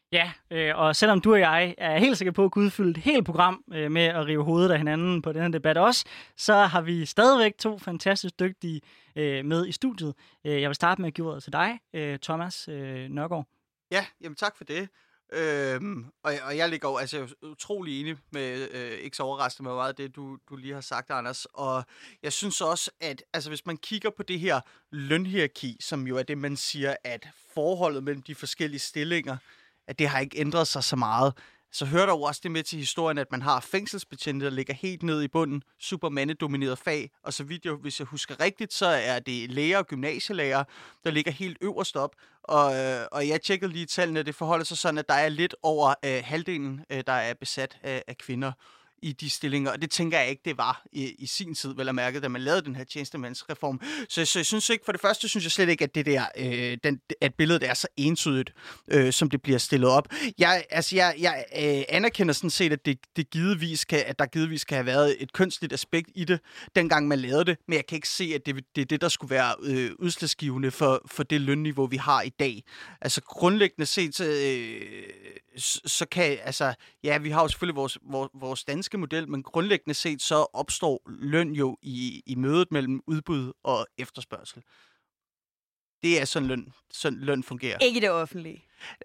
Ja, øh, og selvom du og jeg er helt sikker på at kunne udfylde et helt program øh, med at rive hovedet af hinanden på den her debat også, så har vi stadigvæk to fantastisk dygtige øh, med i studiet. Øh, jeg vil starte med at give ordet til dig, øh, Thomas øh, Nørgaard. Ja, jamen tak for det. Øhm, og, og jeg ligger jo altså utrolig enig med, øh, ikke så overraskende med meget af det, du, du lige har sagt, Anders. Og jeg synes også, at altså, hvis man kigger på det her lønhierarki, som jo er det, man siger, at forholdet mellem de forskellige stillinger, at det har ikke ændret sig så meget, så hører der jo også det med til historien, at man har fængselsbetjente, der ligger helt nede i bunden, super mandedomineret fag, og så vidt jeg, hvis jeg husker rigtigt, så er det læger og gymnasielærer, der ligger helt øverst op, og, øh, og jeg tjekkede lige tallene, det forholder sig sådan, at der er lidt over øh, halvdelen, øh, der er besat af, af kvinder i de stillinger, og det tænker jeg ikke, det var i, i sin tid, vel at mærke, da man lavede den her tjenestemandsreform. Så, så jeg synes ikke, for det første synes jeg slet ikke, at det der, øh, den, at billedet er så entydigt, øh, som det bliver stillet op. Jeg, altså, jeg, jeg øh, anerkender sådan set, at, det, det givetvis kan, at der givetvis kan have været et kønsligt aspekt i det, dengang man lavede det, men jeg kan ikke se, at det, det er det, der skulle være øh, udslagsgivende for, for det lønniveau, vi har i dag. Altså grundlæggende set, øh, så, så kan, altså, ja, vi har jo selvfølgelig vores, vores, vores danske model, men grundlæggende set så opstår løn jo i, i mødet mellem udbud og efterspørgsel. Det er sådan løn, sådan løn fungerer. Ikke i det offentlige.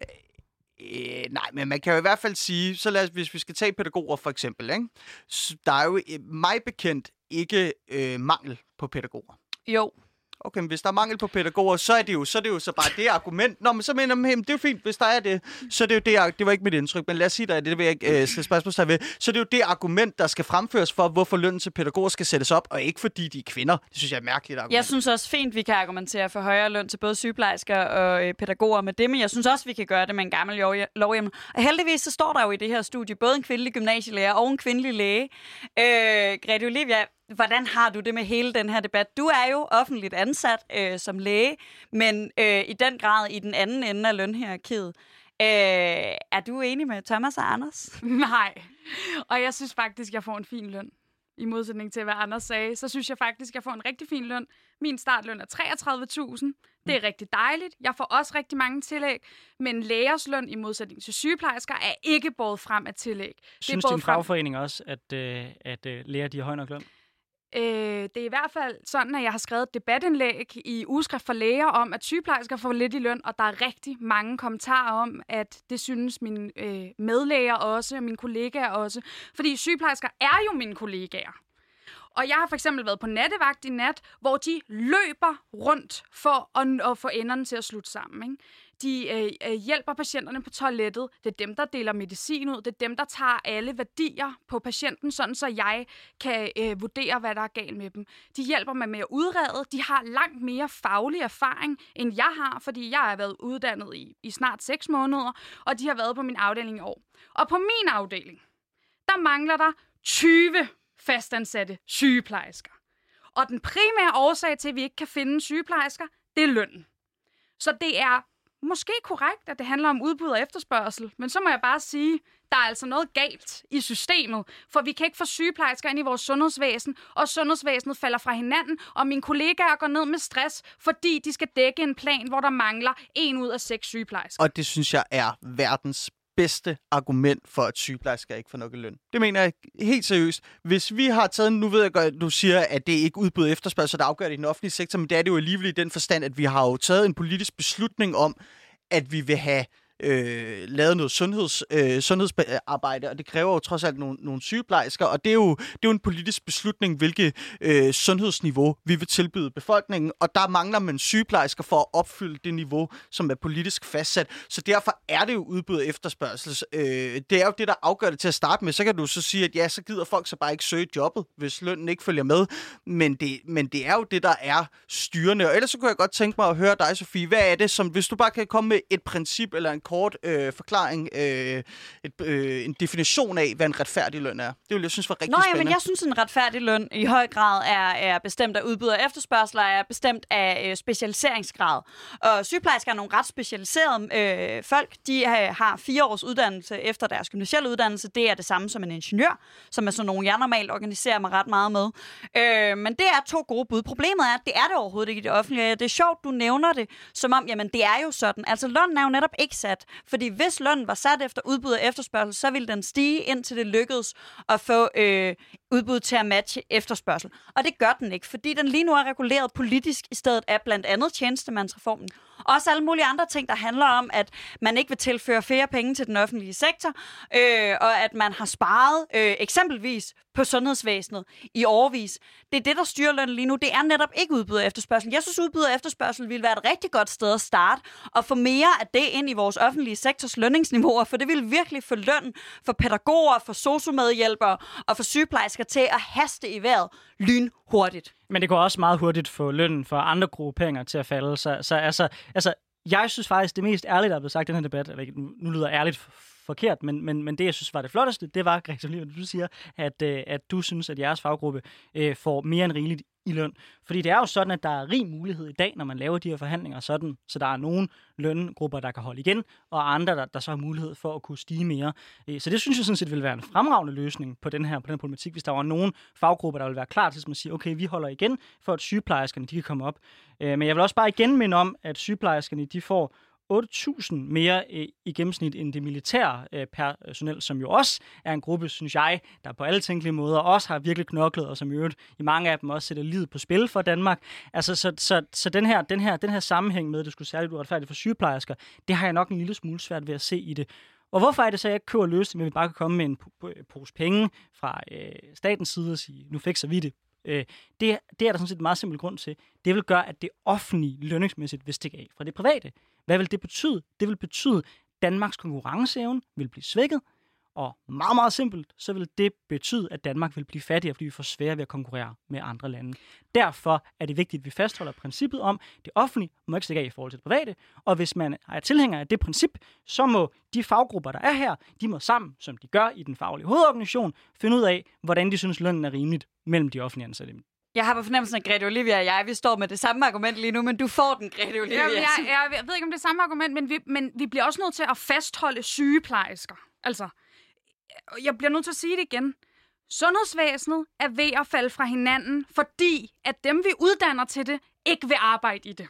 Øh, nej, men man kan jo i hvert fald sige, så lad os, hvis vi skal tage pædagoger for eksempel, ikke? Så der er jo mig bekendt ikke øh, mangel på pædagoger. Jo. Okay, men hvis der er mangel på pædagoger, så er det jo så, er det jo så bare det argument. Nå, men så mener man, det er jo fint, hvis der er det. Så er det jo det, det var ikke mit indtryk, men lad os sige, der er det, det vil jeg ikke øh, stille spørgsmål ved. Så er det jo det argument, der skal fremføres for, hvorfor lønnen til pædagoger skal sættes op, og ikke fordi de er kvinder. Det synes jeg er et mærkeligt argument. Jeg synes også fint, vi kan argumentere for højere løn til både sygeplejersker og øh, pædagoger med det, men jeg synes også, vi kan gøre det med en gammel lovhjemmel. Og heldigvis så står der jo i det her studie både en kvindelig gymnasielærer og en kvindelig læge. Øh, Grete Olivia, hvordan har du det med hele den her debat? Du er jo offentligt ansat øh, som læge, men øh, i den grad i den anden ende af lønhierarkiet. Øh, er du enig med Thomas og Anders? Nej, og jeg synes faktisk, jeg får en fin løn. I modsætning til, hvad Anders sagde, så synes jeg faktisk, jeg får en rigtig fin løn. Min startløn er treogtredive tusind. Det er rigtig dejligt. Jeg får også rigtig mange tillæg. Men lægers løn i modsætning til sygeplejersker er ikke båret frem af tillæg. Synes din fagforening også, at, øh, at øh, læger de har høj nok løn? Øh, det er i hvert fald sådan, at jeg har skrevet et debatindlæg i Ugeskrift for Læger om, at sygeplejersker får lidt i løn, og der er rigtig mange kommentarer om, at det synes mine øh, medlæger også, og mine kollegaer også. Fordi sygeplejersker er jo mine kollegaer. Og jeg har for eksempel været på nattevagt i nat, hvor de løber rundt for at, at få enderne til at slutte sammen, ikke? De øh, hjælper patienterne på toilettet. Det er dem, der deler medicin ud. Det er dem, der tager alle værdier på patienten, sådan så jeg kan øh, vurdere, hvad der er galt med dem. De hjælper mig med at udrede. De har langt mere faglig erfaring, end jeg har, fordi jeg har været uddannet i, i snart seks måneder, og de har været på min afdeling i år. Og på min afdeling, der mangler der tyve fastansatte sygeplejersker. Og den primære årsag til, at vi ikke kan finde sygeplejersker, det er lønnen. Så det er måske korrekt, at det handler om udbud og efterspørgsel, men så må jeg bare sige, der er altså noget galt i systemet, for vi kan ikke få sygeplejersker ind i vores sundhedsvæsen, og sundhedsvæsenet falder fra hinanden, og mine kollegaer går ned med stress, fordi de skal dække en plan, hvor der mangler en ud af seks sygeplejersker. Og det synes jeg er verdens bedste argument for, at sygeplejersker ikke får nok løn. Det mener jeg helt seriøst. Hvis vi har taget, nu ved jeg godt, at du siger, at det ikke udbud efterspørgsel, der afgør det i den offentlige sektor, men det er det jo alligevel i den forstand, at vi har jo taget en politisk beslutning om, at vi vil have øh, lavet noget sundheds, øh, sundhedsarbejde, og det kræver jo trods alt nogle, nogle sygeplejersker, og det er jo, det er jo en politisk beslutning, hvilket øh, sundhedsniveau vi vil tilbyde befolkningen, og der mangler man sygeplejersker for at opfylde det niveau, som er politisk fastsat. Så derfor er det jo udbud og efterspørgsel. Øh, det er jo det, der afgør det til at starte med. Så kan du så sige, at ja, så gider folk så bare ikke søge jobbet, hvis lønnen ikke følger med. Men det, men det er jo det, der er styrende. Og ellers så kunne jeg godt tænke mig at høre dig, Sofie. Hvad er det, som, hvis du bare kan komme med et princip eller en kort øh, forklaring, øh, et, øh, en definition af, hvad en retfærdig løn er. Det vil jeg synes var rigtig Nå, spændende. Nå, men jeg synes, en retfærdig løn i høj grad er, er bestemt af udbud og efterspørgsel, er bestemt af øh, specialiseringsgrad. Og sygeplejersker er nogle ret specialiserede øh, folk. De har, har fire års uddannelse efter deres gymnasielle uddannelse. Det er det samme som en ingeniør, som er sådan nogle, jeg normalt organiserer mig ret meget med. Øh, men det er to gode bud. Problemet er, at det er det overhovedet ikke i det offentlige. Det er sjovt, du nævner det, som om, jamen, det er jo sådan. Altså, lønnen er jo netop ikke sat modsat. Fordi hvis lønnen var sat efter udbud og efterspørgsel, så ville den stige, indtil det lykkedes at få øh, udbud til at matche efterspørgsel. Og det gør den ikke, fordi den lige nu er reguleret politisk i stedet af blandt andet tjenestemandsreformen. Også alle mulige andre ting, der handler om, at man ikke vil tilføre flere penge til den offentlige sektor, øh, og at man har sparet øh, eksempelvis på sundhedsvæsenet i årevis. Det er det, der styrer lønnen lige nu. Det er netop ikke udbud og efterspørgsel. Jeg synes, udbud og efterspørgsel ville være et rigtig godt sted at starte, og få mere af det ind i vores offentlige sektors lønningsniveauer, for det ville virkelig få lønnen for pædagoger, for sosu-medhjælpere og for sygeplejersker til at haste i vejret lynhurtigt. Men det går også meget hurtigt få lønnen for andre grupperinger til at falde. Så, så altså, altså, jeg synes faktisk, det mest ærlige, der er blevet sagt i den her debat, eller nu, nu lyder ærligt forkert, men, men, men det, jeg synes var det flotteste, det var, Greta, lige du siger, at, øh, at du synes, at jeres faggruppe øh, får mere end rigeligt i løn. Fordi det er jo sådan, at der er rig mulighed i dag, når man laver de her forhandlinger, sådan, så der er nogle løngrupper, der kan holde igen, og andre, der, der så har mulighed for at kunne stige mere. Så det synes jeg sådan set vil være en fremragende løsning på den her på den problematik, hvis der var nogle faggrupper, der vil være klar til at sige, okay, vi holder igen, for at sygeplejerskerne de kan komme op. Men jeg vil også bare igen minde om, at sygeplejerskerne de får otte tusind mere i gennemsnit end det militære personel, som jo også er en gruppe, synes jeg, der på alle tænkelige måder også har virkelig knoklet, og som i øvrigt i mange af dem også sætter livet på spil for Danmark. Altså, så, så, så den, her, den, her, den her sammenhæng med, at det skulle særligt uretfærdigt for sygeplejersker, det har jeg nok en lille smule svært ved at se i det. Og hvorfor er det så, at jeg ikke køber løsning, at vi bare kan komme med en pose penge fra øh, statens side og sige, nu fikser vi det? Øh, det, det er der sådan set en meget simpel grund til. Det vil gøre, at det offentlige lønningsmæssigt vil stikke af fra det private. Hvad vil det betyde? Det vil betyde, at Danmarks konkurrenceevne vil blive svækket, og meget, meget simpelt, så vil det betyde, at Danmark vil blive fattigere, fordi vi får sværere ved at konkurrere med andre lande. Derfor er det vigtigt, at vi fastholder princippet om, at det offentlige må ikke stikke af i forhold til det private, og hvis man er tilhænger af det princip, så må de faggrupper, der er her, de må sammen, som de gør i den faglige hovedorganisation, finde ud af, hvordan de synes, lønnen er rimeligt mellem de offentlige ansatte. Jeg har på fornemmelsen, at Grete Olivia og jeg, vi står med det samme argument lige nu, men du får den, Grete Olivia. Jeg, jeg, jeg, jeg ved ikke, om det er samme argument, men vi, men vi bliver også nødt til at fastholde sygeplejersker. Altså, jeg bliver nødt til at sige det igen. Sundhedsvæsenet er ved at falde fra hinanden, fordi at dem, vi uddanner til det, ikke vil arbejde i det.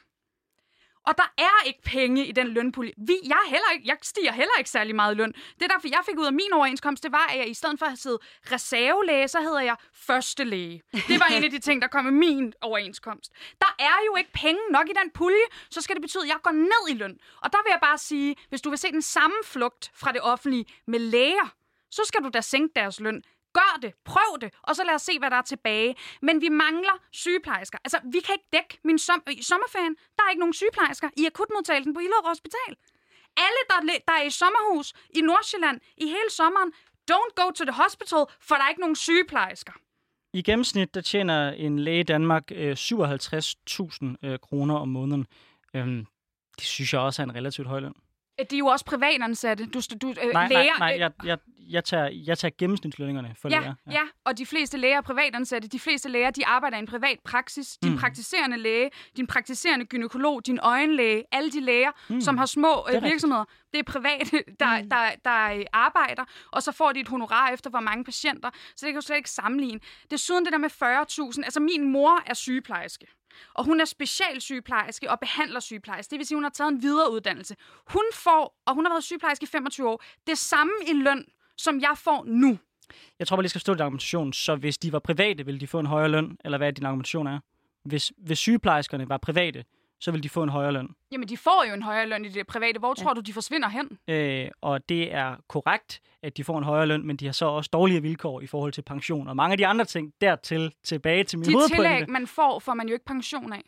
Og der er ikke penge i den lønpulje. Vi, jeg, heller ikke, jeg stiger heller ikke særlig meget løn. Det derfor, jeg fik ud af min overenskomst, det var, at jeg i stedet for at sidde reservelæge, så hedder jeg første læge. Det var en af de ting, der kom med min overenskomst. Der er jo ikke penge nok i den pulje, så skal det betyde, at jeg går ned i løn. Og der vil jeg bare sige, hvis du vil se den samme flugt fra det offentlige med læger, så skal du da sænke deres løn. Gør det, prøv det, og så lad os se, hvad der er tilbage. Men vi mangler sygeplejersker. Altså, vi kan ikke dække min som- i sommerferien. Der er ikke nogen sygeplejersker i akutmodtagelsen på Hillerød Hospital. Alle, der, der er i sommerhus i Nordsjælland i hele sommeren, don't go to the hospital, for der er ikke nogen sygeplejersker. I gennemsnit, der tjener en læge i Danmark øh, syvoghalvtreds tusind øh, kroner om måneden. Øhm, det synes jeg også er en relativt høj løn. Det er jo også privatansatte. Du, du, øh, nej, læger, nej, nej, jeg, jeg, jeg, tager, jeg tager gennemsnitslønningerne for ja, læger. Ja. ja, og de fleste læger er privatansatte. De fleste læger, de arbejder i en privat praksis. Din mm. praktiserende læge, din praktiserende gynekolog, din øjenlæge, alle de læger, mm. som har små øh, virksomheder, det er private, der, mm. der, der, der arbejder, og så får de et honorar efter, hvor mange patienter. Så det kan jo slet ikke sammenligne. Desuden det der med fyrre tusind. Altså, min mor er sygeplejerske. Og hun er specialsygeplejerske og behandler sygeplejerske. Det vil sige, hun har taget en videreuddannelse. Hun får, og hun har været sygeplejerske i femogtyve år, det samme i løn, som jeg får nu. Jeg tror bare, jeg skal forstå din argumentation. Så hvis de var private, ville de få en højere løn? Eller hvad din argumentation er? Hvis, hvis sygeplejerskerne var private, så vil de få en højere løn. Jamen, de får jo en højere løn i det private. Hvor ja. tror du, de forsvinder hen? Øh, og det er korrekt, at de får en højere løn, men de har så også dårlige vilkår i forhold til pension. Og mange af de andre ting dertil, tilbage til min hovedpointe. De tillæg, man får, får man jo ikke pension af.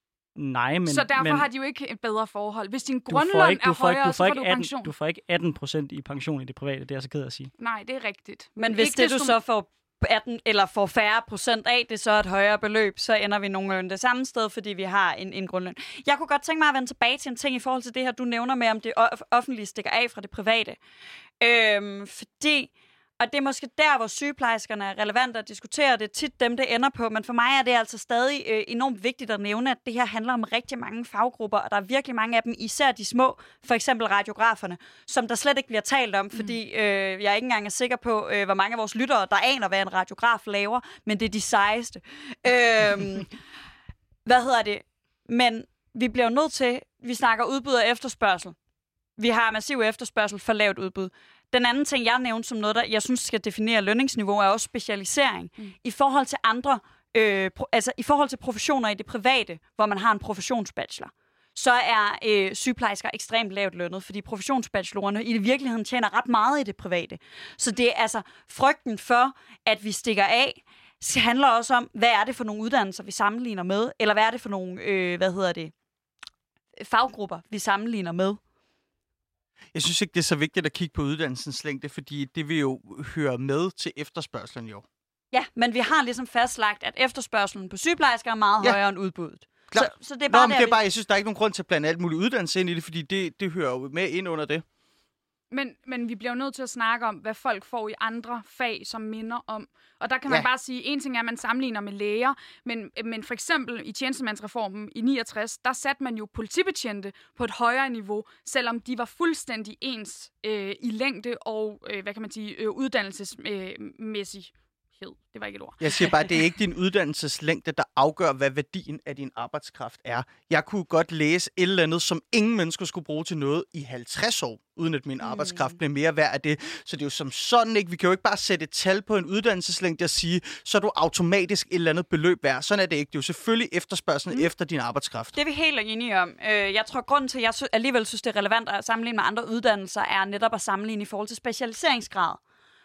Nej, men... Så derfor men, har de jo ikke et bedre forhold. Hvis din grundløn ikke, er højere, ikke, så får du atten, pension. Du får ikke atten procent i pension i det private, det er jeg så ked af at sige. Nej, det er rigtigt. Men, men hvis det, det, du så får atten eller får færre procent af, det så er et højere beløb, så ender vi nogenlunde det samme sted, fordi vi har en, en grundløn. Jeg kunne godt tænke mig at vende tilbage til en ting i forhold til det her, du nævner med, om det offentlige stikker af fra det private. Øhm, fordi, og det er måske der, hvor sygeplejerskerne er relevant at diskutere, det er tit dem, det ender på, men for mig er det altså stadig øh, enormt vigtigt at nævne, at det her handler om rigtig mange faggrupper, og der er virkelig mange af dem, især de små, for eksempel radiograferne, som der slet ikke bliver talt om, fordi øh, jeg ikke engang er sikker på, øh, hvor mange af vores lyttere, der aner, hvad en radiograf laver, men det er de sejeste. Øh, hvad hedder det? Men vi bliver nødt til, vi snakker udbud og efterspørgsel. vi har massiv efterspørgsel for lavt udbud. Den anden ting, jeg nævnte som noget, der jeg synes skal definere lønningsniveau, er også specialisering. Mm. I forhold til andre, øh, pro, altså i forhold til professioner i det private, hvor man har en professionsbachelor, så er øh, sygeplejersker ekstremt lavt lønnet, fordi professionsbachelorerne i virkeligheden tjener ret meget i det private. Så det er altså frygten for, at vi stikker af, handler også om, hvad er det for nogle uddannelser, vi sammenligner med, eller hvad er det for nogle, øh, hvad hedder det, faggrupper, vi sammenligner med. Jeg synes ikke, det er så vigtigt at kigge på uddannelsens længde, fordi det vil jo høre med til efterspørgselen jo. Ja, men vi har ligesom fastlagt, at efterspørgselen på sygeplejersker er meget ja. højere end udbuddet. Så, så det er bare Nå, men der, det er bare, jeg synes, der er ikke nogen grund til at blande alt muligt uddannelse ind i det, fordi det, det hører jo med ind under det. Men, men vi bliver jo nødt til at snakke om, hvad folk får i andre fag, som minder om. Og der kan man ja. bare sige, en ting er, at man sammenligner med læger, men, men for eksempel i tjenestemandsreformen i niogtres, der satte man jo politibetjente på et højere niveau, selvom de var fuldstændig ens øh, i længde og, øh, hvad kan man sige, øh, uddannelsesmæssigt. Det var ikke et ord. Jeg siger bare, det er ikke din uddannelseslængde, der afgør, hvad værdien af din arbejdskraft er. Jeg kunne godt læse et eller andet, som ingen mennesker skulle bruge til noget i halvtreds år, uden at min mm. arbejdskraft blev mere værd af det. Så det er jo som sådan ikke. Vi kan jo ikke bare sætte et tal på en uddannelseslængde og sige, så er du automatisk et eller andet beløb værd. Sådan er det ikke. Det er jo selvfølgelig efterspørgselen mm. efter din arbejdskraft. Det er vi helt enige om. Jeg tror, grunden til, at jeg alligevel synes, det er relevant at sammenligne med andre uddannelser, er netop at sammenligne i forhold til specialiseringsgrad.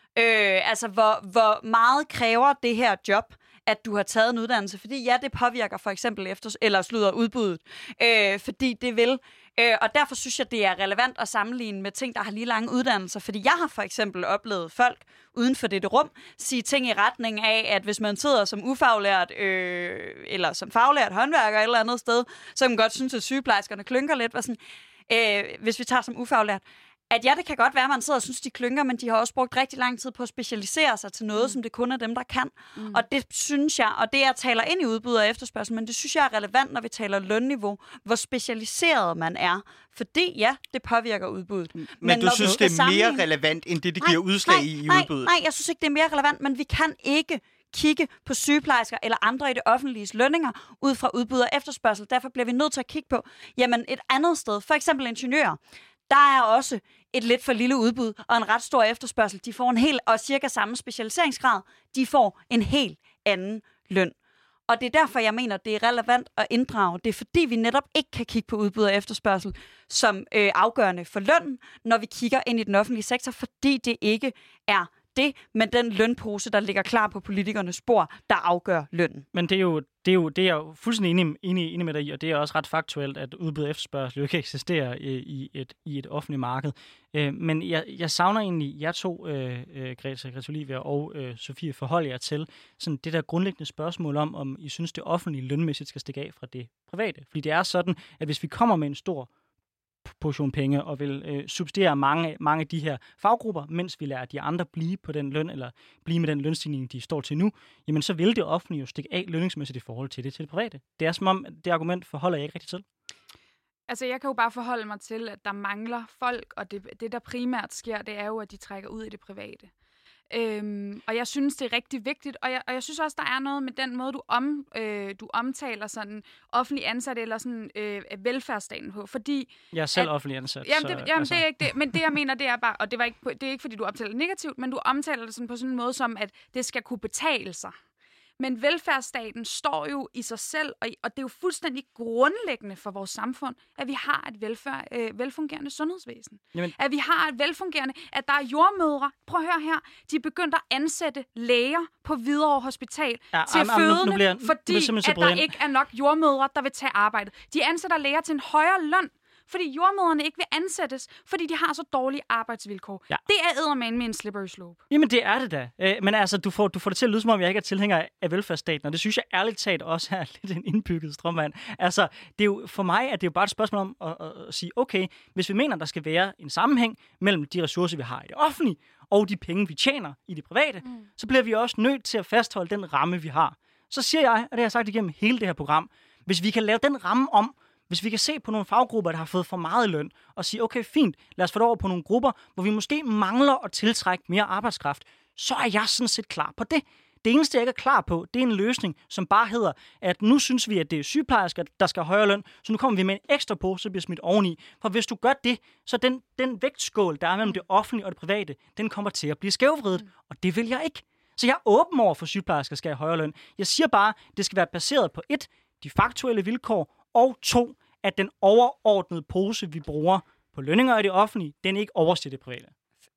Øh, altså, hvor, hvor meget kræver det her job, at du har taget en uddannelse? Fordi ja, det påvirker for eksempel efter, eller slutter udbuddet, øh, fordi det vil. Øh, og derfor synes jeg, det er relevant at sammenligne med ting, der har lige lange uddannelser. Fordi jeg har for eksempel oplevet folk uden for dette rum sige ting i retning af, at hvis man sidder som ufaglært, øh, eller som faglært håndværker et eller andet sted, så kan man godt synes, at sygeplejerskerne klynker lidt. Sådan, øh, hvis vi tager som ufaglært, at ja, det kan godt være, at man sidder og synes, de klynker, men de har også brugt rigtig lang tid på at specialisere sig til noget, mm. som det kun er dem, der kan. Mm. Og det synes jeg, og det jeg taler ind i udbud og efterspørgsel, men det synes jeg er relevant, når vi taler lønniveau, hvor specialiseret man er. Fordi ja, det påvirker udbuddet. Men, men du synes, det er sammenligne... mere relevant, end det, det giver nej, udslag nej, i, i nej, udbuddet? Nej, jeg synes ikke, det er mere relevant, men vi kan ikke kigge på sygeplejersker eller andre i det offentlige lønninger ud fra udbud og efterspørgsel. Derfor bliver vi nødt til at kigge på, jamen et andet sted, for eksempel ingeniører. Der er også et lidt for lille udbud og en ret stor efterspørgsel. De får en helt og cirka samme specialiseringsgrad. De får en helt anden løn. Og det er derfor, jeg mener, det er relevant at inddrage. Det er fordi, vi netop ikke kan kigge på udbud og efterspørgsel som øh, afgørende for lønnen, når vi kigger ind i den offentlige sektor, fordi det ikke er det, men den lønpose, der ligger klar på politikernes bord, der afgør lønnen. Men det er jo det er jo det er jeg jo fuldstændig enig, enig, enig med dig i, og det er også ret faktuelt, at udbud og efterspørgsel jo ikke eksisterer i, i, et, i et offentligt marked. Øh, men jeg, jeg savner egentlig, jeg to, øh, Greta, Greta Olivia og øh, Sofie, forholder jer til sådan det der grundlæggende spørgsmål om, om I synes, det offentlige lønmæssigt skal stikke af fra det private. Fordi det er sådan, at hvis vi kommer med en stor portion penge og vil øh, subsidiere mange, mange af de her faggrupper, mens vi lader de andre blive på den løn, eller blive med den lønstigning, de står til nu, jamen så vil det offentlige jo stikke af lønningsmæssigt i forhold til det til det private. Det er som om, det argument forholder jeg ikke rigtig til. Altså, jeg kan jo bare forholde mig til, at der mangler folk, og det, det der primært sker, det er jo, at de trækker ud i det private. Øhm, og jeg synes, det er rigtig vigtigt, og jeg, og jeg synes også, der er noget med den måde, du, om, øh, du omtaler sådan offentlig ansat eller sådan øh, velfærdsstaten på, fordi... Jeg er selv at, offentlig ansat. Jamen, det, så, jamen altså. det er ikke det, men det jeg mener, det er bare, og det, var ikke, det er ikke, fordi du omtaler det negativt, men du omtaler det sådan på sådan en måde som, at det skal kunne betale sig. Men velfærdsstaten står jo i sig selv, og, og det er jo fuldstændig grundlæggende for vores samfund, at vi har et velfærd, øh, velfungerende sundhedsvæsen. Jamen. At vi har et velfungerende, at der er jordmødre. Prøv at høre her. De er begyndt at ansætte læger på Hvidovre Hospital ja, til am, am, fødende, nu, nu bliver, fordi nu at der ind. ikke er nok jordmødre, der vil tage arbejdet. De ansætter læger til en højere løn, fordi jordmødrene ikke vil ansættes, fordi de har så dårlige arbejdsvilkår. Ja. Det er eddermame med en slippery slope. Jamen, det er det da. Øh, men altså, du får, du får det til at lyde, som om jeg ikke er tilhænger af velfærdsstaten, og det synes jeg ærligt talt også er lidt en indbygget strømmand. Altså, det er jo, for mig er det jo bare et spørgsmål om at, at, at sige, okay, hvis vi mener, der skal være en sammenhæng mellem de ressourcer, vi har i det offentlige, og de penge, vi tjener i det private, mm. så bliver vi også nødt til at fastholde den ramme, vi har. Så siger jeg, og det har jeg sagt igennem hele det her program, hvis vi kan lave den ramme om, hvis vi kan se på nogle faggrupper, der har fået for meget løn, og sige, okay, fint, lad os få det over på nogle grupper, hvor vi måske mangler at tiltrække mere arbejdskraft, så er jeg sådan set klar på det. Det eneste, jeg ikke er klar på, det er en løsning, som bare hedder, at nu synes vi, at det er sygeplejersker, der skal have højere løn, så nu kommer vi med en ekstra pose, så bliver smidt oveni. For hvis du gør det, så den, den vægtskål, der er mellem det offentlige og det private, den kommer til at blive skævvredet, og det vil jeg ikke. Så jeg er åben over for, at sygeplejersker skal have højere løn. Jeg siger bare, at det skal være baseret på et, de faktuelle vilkår, og to, at den overordnede pose, vi bruger på lønninger i det offentlige, den ikke overstiger det private.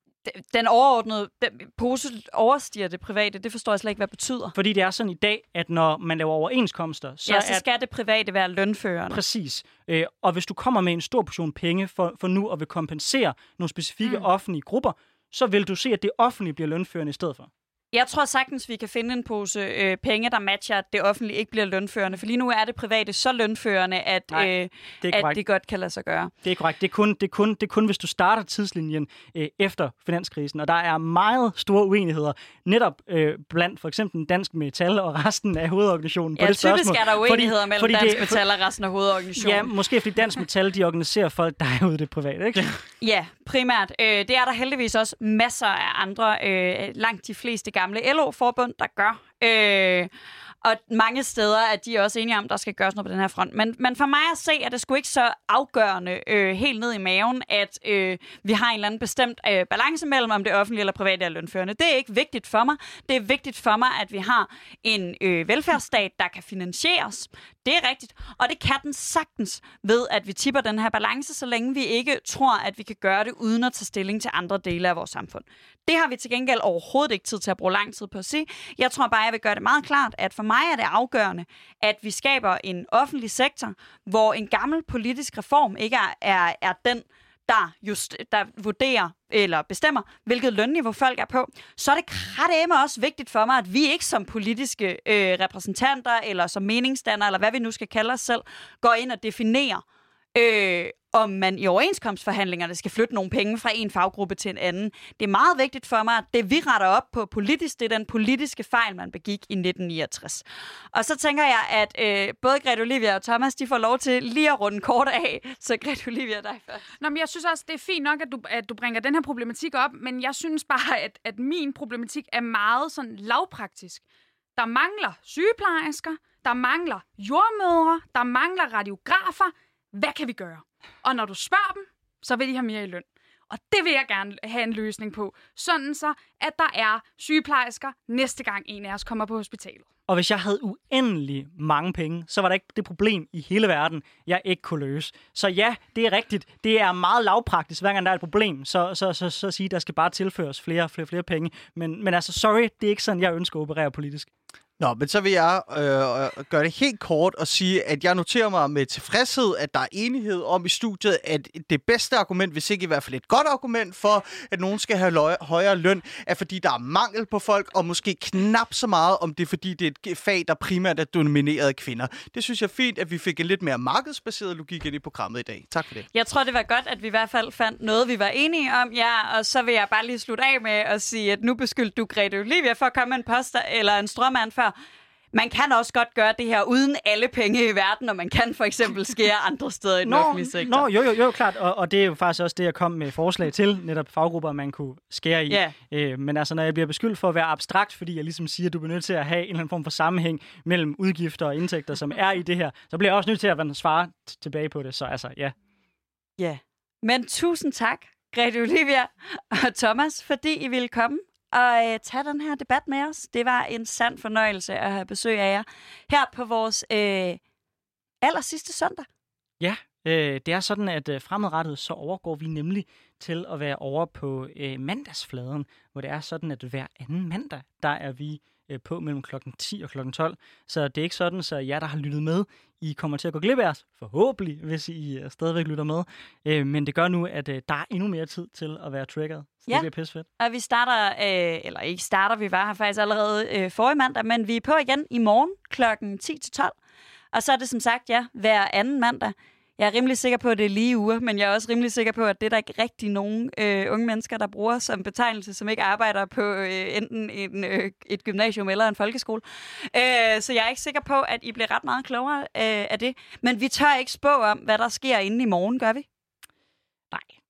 Den overordnede den pose overstiger det private, det forstår jeg slet ikke, hvad det betyder. Fordi det er sådan i dag, at når man laver overenskomster, så, ja, så er skal det private være lønførende. Præcis. Øh, og hvis du kommer med en stor portion penge for, for nu og vil kompensere nogle specifikke mm. offentlige grupper, så vil du se, at det offentlige bliver lønførende i stedet for. Jeg tror sagtens, vi kan finde en pose øh, penge, der matcher, at det offentlige ikke bliver lønførende. For lige nu er det private så lønførende, at, Nej, øh, det, at det godt kan lade sig gøre. Det er korrekt. Det er kun, det er kun, det er kun hvis du starter tidslinjen øh, efter finanskrisen. Og der er meget store uenigheder netop øh, blandt for eksempel Dansk Metal og resten af hovedorganisationen ja, på det spørgsmål. Ja, typisk er der uenigheder fordi, mellem fordi Dansk det, Metal og resten af hovedorganisationen. Ja, måske fordi Dansk Metal, de organiserer folk, der er ude i det private, ikke? Ja, primært. Øh, det er der heldigvis også masser af andre, øh, langt de fleste gamle L O-forbund, der gør. Øh, og mange steder er de også enige om, der skal gøres noget på den her front. Men, men for mig at se, er det sgu ikke så afgørende øh, helt ned i maven, at øh, vi har en eller anden bestemt øh, balance mellem, om det offentlige eller private er lønførende. Det er ikke vigtigt for mig. Det er vigtigt for mig, at vi har en øh, velfærdsstat, der kan finansieres. Det er rigtigt. Og det kan den sagtens ved, at vi tipper den her balance, så længe vi ikke tror, at vi kan gøre det, uden at tage stilling til andre dele af vores samfund. Det har vi til gengæld overhovedet ikke tid til at bruge lang tid på at sige. Jeg tror bare, jeg vil gøre det meget klart, at for mig er det afgørende, at vi skaber en offentlig sektor, hvor en gammel politisk reform ikke er, er, er den, der, just, der vurderer eller bestemmer, hvilket lønniveau folk er på, så er det kraftedeme også vigtigt for mig, at vi ikke som politiske øh, repræsentanter, eller som meningsdannere, eller hvad vi nu skal kalde os selv, går ind og definerer, øh, om man i overenskomstforhandlingerne skal flytte nogle penge fra en faggruppe til en anden. Det er meget vigtigt for mig, at det vi retter op på politisk, det er den politiske fejl, man begik i nitten niogtres. Og så tænker jeg, at øh, både Grete Olivia og Thomas, de får lov til lige at runde kort af. Så Grete Olivia, dig først. Nå, men jeg synes også, det er fint nok, at du, at du bringer den her problematik op, men jeg synes bare, at, at min problematik er meget sådan lavpraktisk. Der mangler sygeplejersker, der mangler jordmødre, der mangler radiografer. Hvad kan vi gøre? Og når du spørger dem, så vil de have mere i løn. Og det vil jeg gerne have en løsning på. Sådan så, at der er sygeplejersker næste gang en af os kommer på hospitalet. Og hvis jeg havde uendelig mange penge, så var der ikke det problem i hele verden, jeg ikke kunne løse. Så ja, det er rigtigt. Det er meget lavpraktisk, hver gang der er et problem, så, så, så, så at sige, at der skal bare tilføres flere, flere, flere penge. Men, men altså, sorry, det er ikke sådan, jeg ønsker at operere politisk. Nå, men så vil jeg øh, gøre det helt kort og sige, at jeg noterer mig med tilfredshed, at der er enighed om i studiet, at det bedste argument, hvis ikke i hvert fald et godt argument for, at nogen skal have løg, højere løn, er fordi der er mangel på folk, og måske knap så meget, om det er fordi, det er et fag, der primært er domineret af kvinder. Det synes jeg er fint, at vi fik en lidt mere markedsbaseret logik ind i programmet i dag. Tak for det. Jeg tror, det var godt, at vi i hvert fald fandt noget, vi var enige om. Ja, og så vil jeg bare lige slutte af med at sige, at nu beskyldte du Grete Olivia for at komme med en poster eller en stråmand før. Man kan også godt gøre det her uden alle penge i verden, og man kan for eksempel skære andre steder i den nå, offentlige sektor. Nå, jo, jo, jo, klart. Og, og det er jo faktisk også det, jeg kom med forslag til, netop faggrupper, man kunne skære i. Yeah. Øh, men altså, når jeg bliver beskyldt for at være abstrakt, fordi jeg ligesom siger, at du bliver nødt til at have en eller anden form for sammenhæng mellem udgifter og indtægter, som er i det her, så bliver jeg også nødt til at svare t- tilbage på det. Så altså, ja. Ja. Yeah. Men tusind tak, Grete Olivia og Thomas, fordi I ville komme og øh, tage den her debat med os. Det var en sand fornøjelse at have besøg af jer her på vores øh, aller sidste søndag. Ja, øh, det er sådan, at øh, fremadrettet så overgår vi nemlig til at være over på øh, mandagsfladen, hvor det er sådan, at hver anden mandag, der er vi øh, på mellem klokken ti og klokken tolv. Så det er ikke sådan, så jer, der har lyttet med, I kommer til at gå glip af os, forhåbentlig, hvis I øh, stadigvæk lytter med. Øh, men det gør nu, at øh, der er endnu mere tid til at være triggered. Så ja. Det bliver pissefedt. Og vi starter, øh, eller ikke starter, vi var her faktisk allerede øh, forrige mandag, men vi er på igen i morgen klokken ti til tolv. Og så er det som sagt, ja, hver anden mandag. Jeg er rimelig sikker på, at det er lige uger, men jeg er også rimelig sikker på, at det er der ikke rigtig nogen øh, unge mennesker, der bruger som betegnelse, som ikke arbejder på øh, enten en, øh, et gymnasium eller en folkeskole. Øh, så jeg er ikke sikker på, at I bliver ret meget klogere øh, af det. Men vi tør ikke spå om, hvad der sker inde i morgen, gør vi? Nej,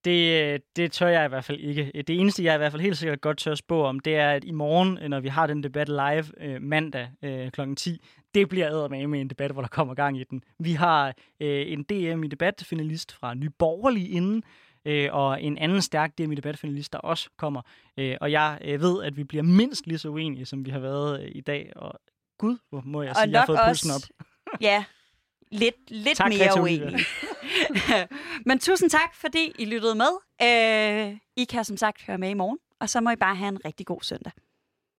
Det, det tør jeg i hvert fald ikke. Det eneste, jeg i hvert fald helt sikkert godt tør spå om, det er, at i morgen, når vi har den debat live øh, mandag øh, klokken ti, det bliver eddermame med en debat, hvor der kommer gang i den. Vi har øh, en D M i debatfinalist fra Nye Borgerlige inden, øh, og en anden stærk D M i debatfinalist, der også kommer. Øh, og jeg øh, ved, at vi bliver mindst lige så uenige, som vi har været øh, i dag. Og gud, hvor må jeg og sige, jeg har fået pulsen op. Ja, lidt, lidt tak, mere uenige. Men tusind tak, fordi I lyttede med. Øh, I kan som sagt høre med i morgen, og så må I bare have en rigtig god søndag.